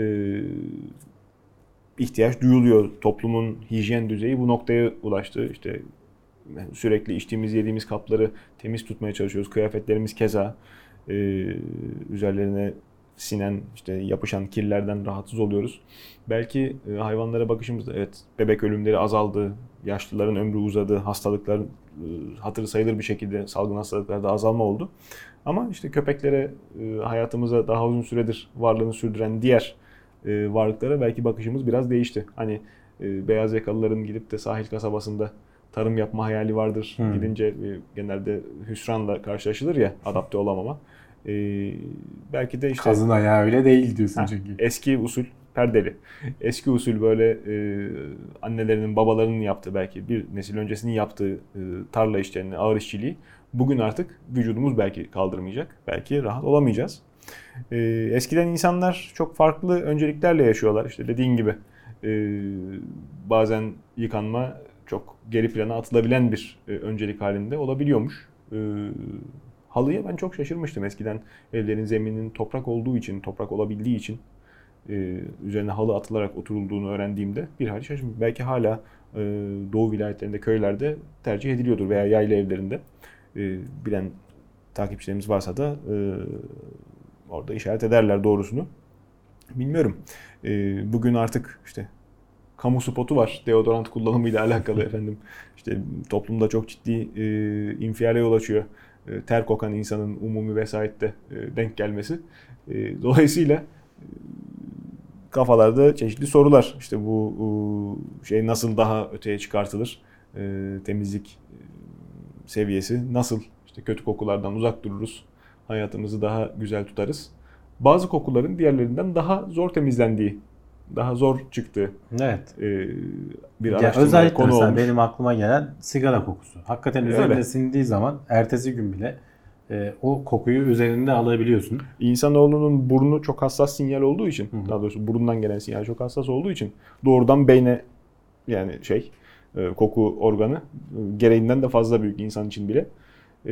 ihtiyaç duyuluyor. Toplumun hijyen düzeyi bu noktaya ulaştı. İşte sürekli içtiğimiz, yediğimiz kapları temiz tutmaya çalışıyoruz. Kıyafetlerimiz keza e, üzerlerine sinen, işte yapışan kirlerden rahatsız oluyoruz. Belki e, hayvanlara bakışımızda evet bebek ölümleri azaldı, yaşlıların ömrü uzadı, hastalıklar e, hatırı sayılır bir şekilde salgın hastalıklarda azalma oldu. Ama işte köpeklere e, hayatımıza daha uzun süredir varlığını sürdüren diğer e, varlıklara belki bakışımız biraz değişti. Hani e, beyaz yakalıların gidip de sahil kasabasında tarım yapma hayali vardır. Hmm. Gidince e, genelde hüsranla karşılaşılır ya, adapte olamama. E, belki de işte... Kazın ayağı öyle değil diyorsun ha, çünkü. Eski usul perdeli. Eski usul böyle e, annelerinin, babalarının yaptığı, belki bir nesil öncesinin yaptığı e, tarla işlerini, ağır işçiliği bugün artık vücudumuz belki kaldırmayacak. Belki rahat olamayacağız. E, eskiden insanlar çok farklı önceliklerle yaşıyorlar. İşte dediğin gibi e, bazen yıkanma çok geri plana atılabilen bir e, öncelik halinde olabiliyormuş. E, halıya ben çok şaşırmıştım. Eskiden evlerin zemininin toprak olduğu için, toprak olabildiği için e, üzerine halı atılarak oturulduğunu öğrendiğimde bir hali şaşırmıştım. Belki hala e, doğu vilayetlerinde, köylerde tercih ediliyordur veya yayla evlerinde. E, bilen takipçilerimiz varsa da e, orada işaret ederler doğrusunu. Bilmiyorum. E, bugün artık işte kamu spotu var deodorant kullanımıyla alakalı efendim. İşte toplumda çok ciddi e, infiale yol açıyor. E, ter kokan insanın umumi vesayette e, denk gelmesi. E, dolayısıyla e, kafalarda çeşitli sorular. İşte bu e, şey nasıl daha öteye çıkartılır? E, temizlik e, seviyesi nasıl? İşte kötü kokulardan uzak dururuz. Hayatımızı daha güzel tutarız. Bazı kokuların diğerlerinden daha zor temizlendiği, daha zor çıktığı evet. e, bir ya araştırma özellikle konu mesela olmuş. Benim aklıma gelen sigara kokusu. Hakikaten üzerinde Öyle. sindiği zaman ertesi gün bile e, o kokuyu üzerinde alabiliyorsun. İnsanoğlunun burnu çok hassas sinyal olduğu için, Hı-hı. daha doğrusu burundan gelen sinyal çok hassas olduğu için doğrudan beyne, yani şey e, koku organı e, gereğinden de fazla büyük insan için bile. E,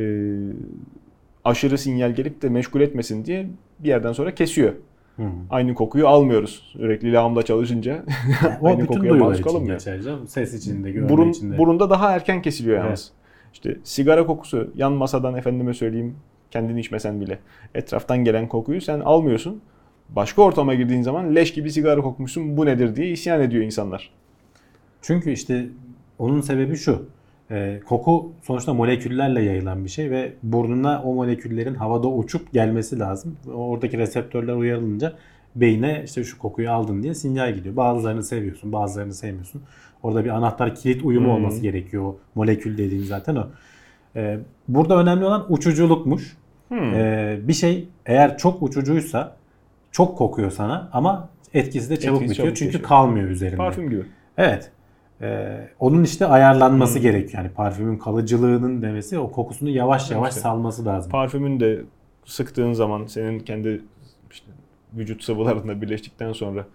aşırı sinyal gelip de meşgul etmesin diye bir yerden sonra kesiyor. Hı-hı. Aynı kokuyu almıyoruz. Sürekli lağımda çalışınca yani o aynı kokuya maruz kalınmıyor. Ses içinde, görme Burun, içinde. Burunda daha erken kesiliyor yalnız. Evet. İşte sigara kokusu, yan masadan efendime söyleyeyim, kendini içmesen bile etraftan gelen kokuyu sen almıyorsun. Başka ortama girdiğin zaman leş gibi sigara kokmuşsun, bu nedir diye isyan ediyor insanlar. Çünkü işte onun sebebi şu. E, koku sonuçta moleküllerle yayılan bir şey ve burnuna o moleküllerin havada uçup gelmesi lazım. Oradaki reseptörler uyarılınca beyne işte şu kokuyu aldın diye sinyal gidiyor. Bazılarını seviyorsun, bazılarını sevmiyorsun. Orada bir anahtar kilit uyumu hmm. olması gerekiyor. O molekül dediğin zaten o. Ee, burada önemli olan uçuculukmuş. Hmm. Ee, bir şey eğer çok uçucuysa çok kokuyor sana ama etkisi de çabuk etkisi bitiyor. Çabuk çünkü geçiyor. kalmıyor üzerinde. Parfüm gibi. Evet. Ee, onun işte ayarlanması hmm. gerekiyor. Yani parfümün kalıcılığının demesi o kokusunu yavaş yavaş işte, salması lazım. Parfümün de sıktığın zaman senin kendi işte, vücut sıvılarında birleştikten sonra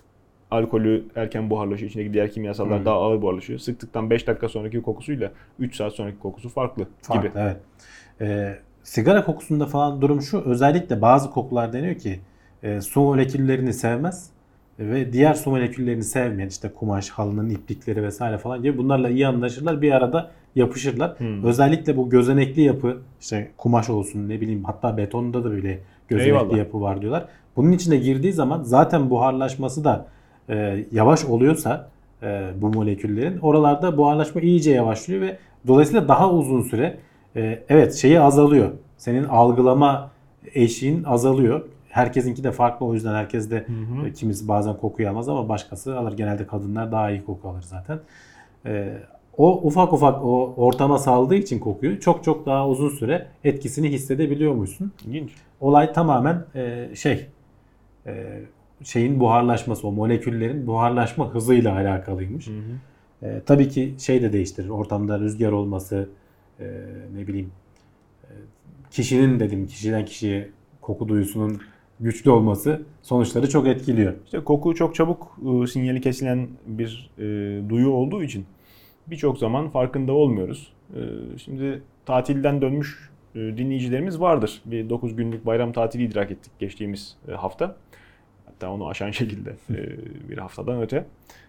alkolü erken buharlaşıyor. İçindeki diğer kimyasallar hmm. daha ağır buharlaşıyor. Sıktıktan beş dakika sonraki kokusuyla üç saat sonraki kokusu farklı, farklı gibi. Evet. Ee, sigara kokusunda falan durum şu. Özellikle bazı kokular deniyor ki e, su moleküllerini sevmez ve diğer su moleküllerini sevmeyen işte kumaş, halının iplikleri vesaire falan gibi bunlarla iyi anlaşırlar. Bir arada yapışırlar. Hmm. Özellikle bu gözenekli yapı işte kumaş olsun ne bileyim hatta betonda da böyle gözenekli Eyvallah. yapı var diyorlar. Bunun içine girdiği zaman zaten buharlaşması da e, yavaş oluyorsa e, bu moleküllerin oralarda buharlaşma iyice yavaşlıyor ve dolayısıyla daha uzun süre e, evet şeyi azalıyor. Senin algılama eşiğin azalıyor. Herkesinki de farklı o yüzden herkes de hı hı. E, kimisi bazen kokuyu almaz ama başkası alır. Genelde kadınlar daha iyi koku alır zaten. E, o ufak ufak o ortama saldığı için kokuyu çok çok daha uzun süre etkisini hissedebiliyormuşsun. İlginç. Olay tamamen e, şey e, şeyin buharlaşması, o moleküllerin buharlaşma hızıyla alakalıymış. Hı hı. E, tabii ki şey de değiştirir. Ortamda rüzgar olması, e, ne bileyim e, kişinin dedim kişiden kişiye koku duyusunun güçlü olması sonuçları çok etkiliyor. İşte koku çok çabuk e, sinyali kesilen bir e, duyu olduğu için birçok zaman farkında olmuyoruz. E, şimdi tatilden dönmüş e, dinleyicilerimiz vardır. Bir dokuz günlük bayram tatili idrak ettik geçtiğimiz e, hafta. Hatta onu aşan şekilde e, bir haftadan öte.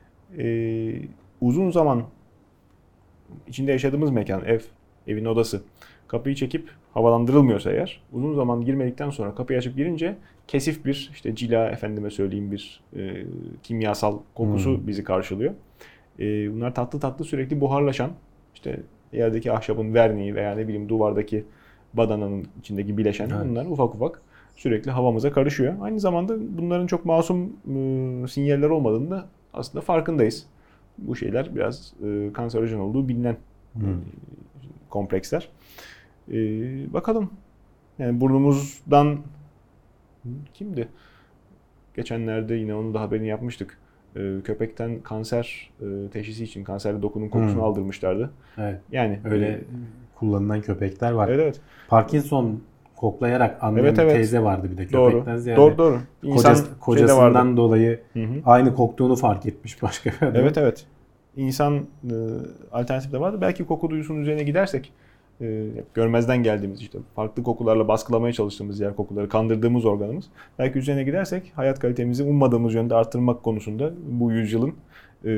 E, uzun zaman içinde yaşadığımız mekan, ev, evin odası. Kapıyı çekip havalandırılmıyorsa eğer, uzun zaman girmedikten sonra kapıyı açıp girince kesif bir işte cila, efendime söyleyeyim, bir e, kimyasal kokusu Hmm. bizi karşılıyor. E, bunlar tatlı tatlı sürekli buharlaşan, işte yerdeki ahşabın verniği veya ne bileyim duvardaki badananın içindeki bileşen, Evet. bunlar ufak ufak sürekli havamıza karışıyor. Aynı zamanda bunların çok masum e, sinyaller olmadığını da aslında farkındayız. Bu şeyler biraz e, kanserojen olduğu bilinen Hmm. e, kompleksler. E, bakalım. Yani burnumuzdan kimdi? Geçenlerde yine onun da haberini yapmıştık. E, köpekten kanser e, teşhisi için kanserli dokunun kokusunu Hmm. aldırmışlardı. Evet. Yani Öyle e, kullanılan köpekler var. evet evet. Parkinson koklayarak anlayan Evet, bir evet. teyze vardı bir de Doğru. köpekten ziyade. Doğru doğru. İnsan Kocası- şeyde vardı. kocasından dolayı Hı hı. aynı koktuğunu fark etmiş başka bir adam. Evet evet. İnsan e, alternatif de vardı. Belki koku duyusunun üzerine gidersek e, görmezden geldiğimiz, işte farklı kokularla baskılamaya çalıştığımız yer kokuları, kandırdığımız organımız. Belki üzerine gidersek hayat kalitemizi ummadığımız yönde arttırmak konusunda bu yüzyılın e,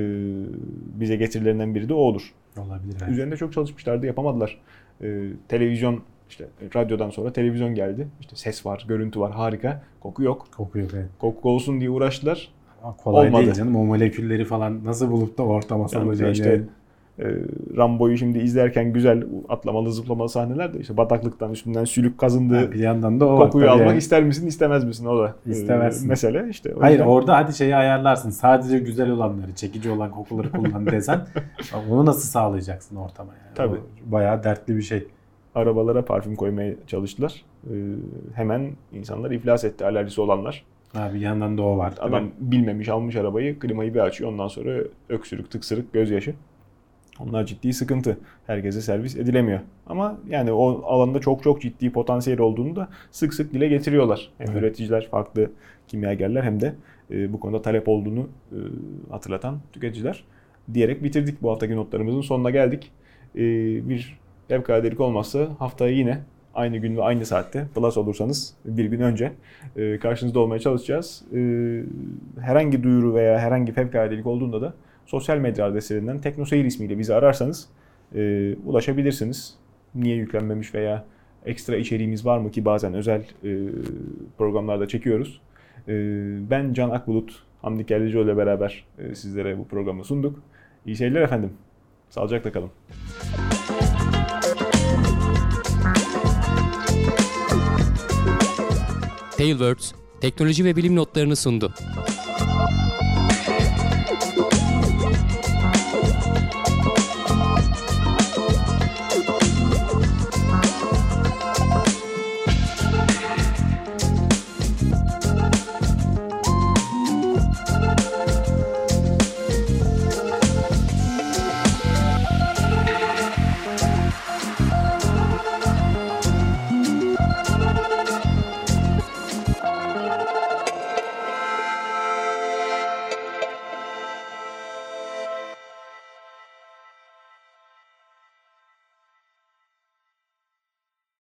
bize getirilerinden biri de o olur. Olabilir. Evet. Üzerinde çok çalışmışlardı, yapamadılar. E, televizyon, işte radyodan sonra televizyon geldi. İşte ses var, görüntü var, harika. Koku yok. Kokuyor. Evet. Koku olsun diye uğraştılar. Ama kolay Olmadı. değil canım. O molekülleri falan nasıl bulup da ortama Yani salacağını. işte yani. e, Rambo'yu şimdi izlerken güzel atlamalı zıplamalı sahneler de işte bataklıktan üstünden sülük kazındığı Ha, bir yandan da o var. kokuyu Tabii almak yani. ister misin istemez misin, o da e, İstemezsin. mesele işte. O Hayır yüzden orada hadi şeyi ayarlarsın. Sadece güzel olanları, çekici olan kokuları kullan desen onu nasıl sağlayacaksın ortama yani? Tabii. O bayağı dertli bir şey. arabalara parfüm koymaya çalıştılar. E, hemen insanlar iflas etti, alerjisi olanlar. Ha, bir yandan da o var. değil Adam mi? bilmemiş, almış arabayı, klimayı bir açıyor, ondan sonra öksürük, tıksırık, gözyaşı. Onlar ciddi sıkıntı. Herkese servis edilemiyor. Ama yani o alanda çok çok ciddi potansiyel olduğunu da sık sık dile getiriyorlar. Hem Evet. üreticiler, farklı kimyagerler, hem de e, bu konuda talep olduğunu e, hatırlatan tüketiciler. Diyerek bitirdik, bu haftaki notlarımızın sonuna geldik. E, bir fevkaladelik olmazsa haftaya yine aynı gün ve aynı saatte, Plus olursanız bir gün önce e, karşınızda olmaya çalışacağız. E, herhangi duyuru veya herhangi fevkaladelik olduğunda da sosyal medya adreslerinden TeknoSeyir ismiyle bizi ararsanız e, ulaşabilirsiniz. Niye yüklenmemiş veya ekstra içeriğimiz var mı ki bazen özel e, programlarda çekiyoruz. E, ben Can Akbulut, Hamdi Kellecioğlu ile beraber e, sizlere bu programı sunduk. İyi seyirler efendim. Sağlıcakla kalın. Tailwords, teknoloji ve bilim notlarını sundu.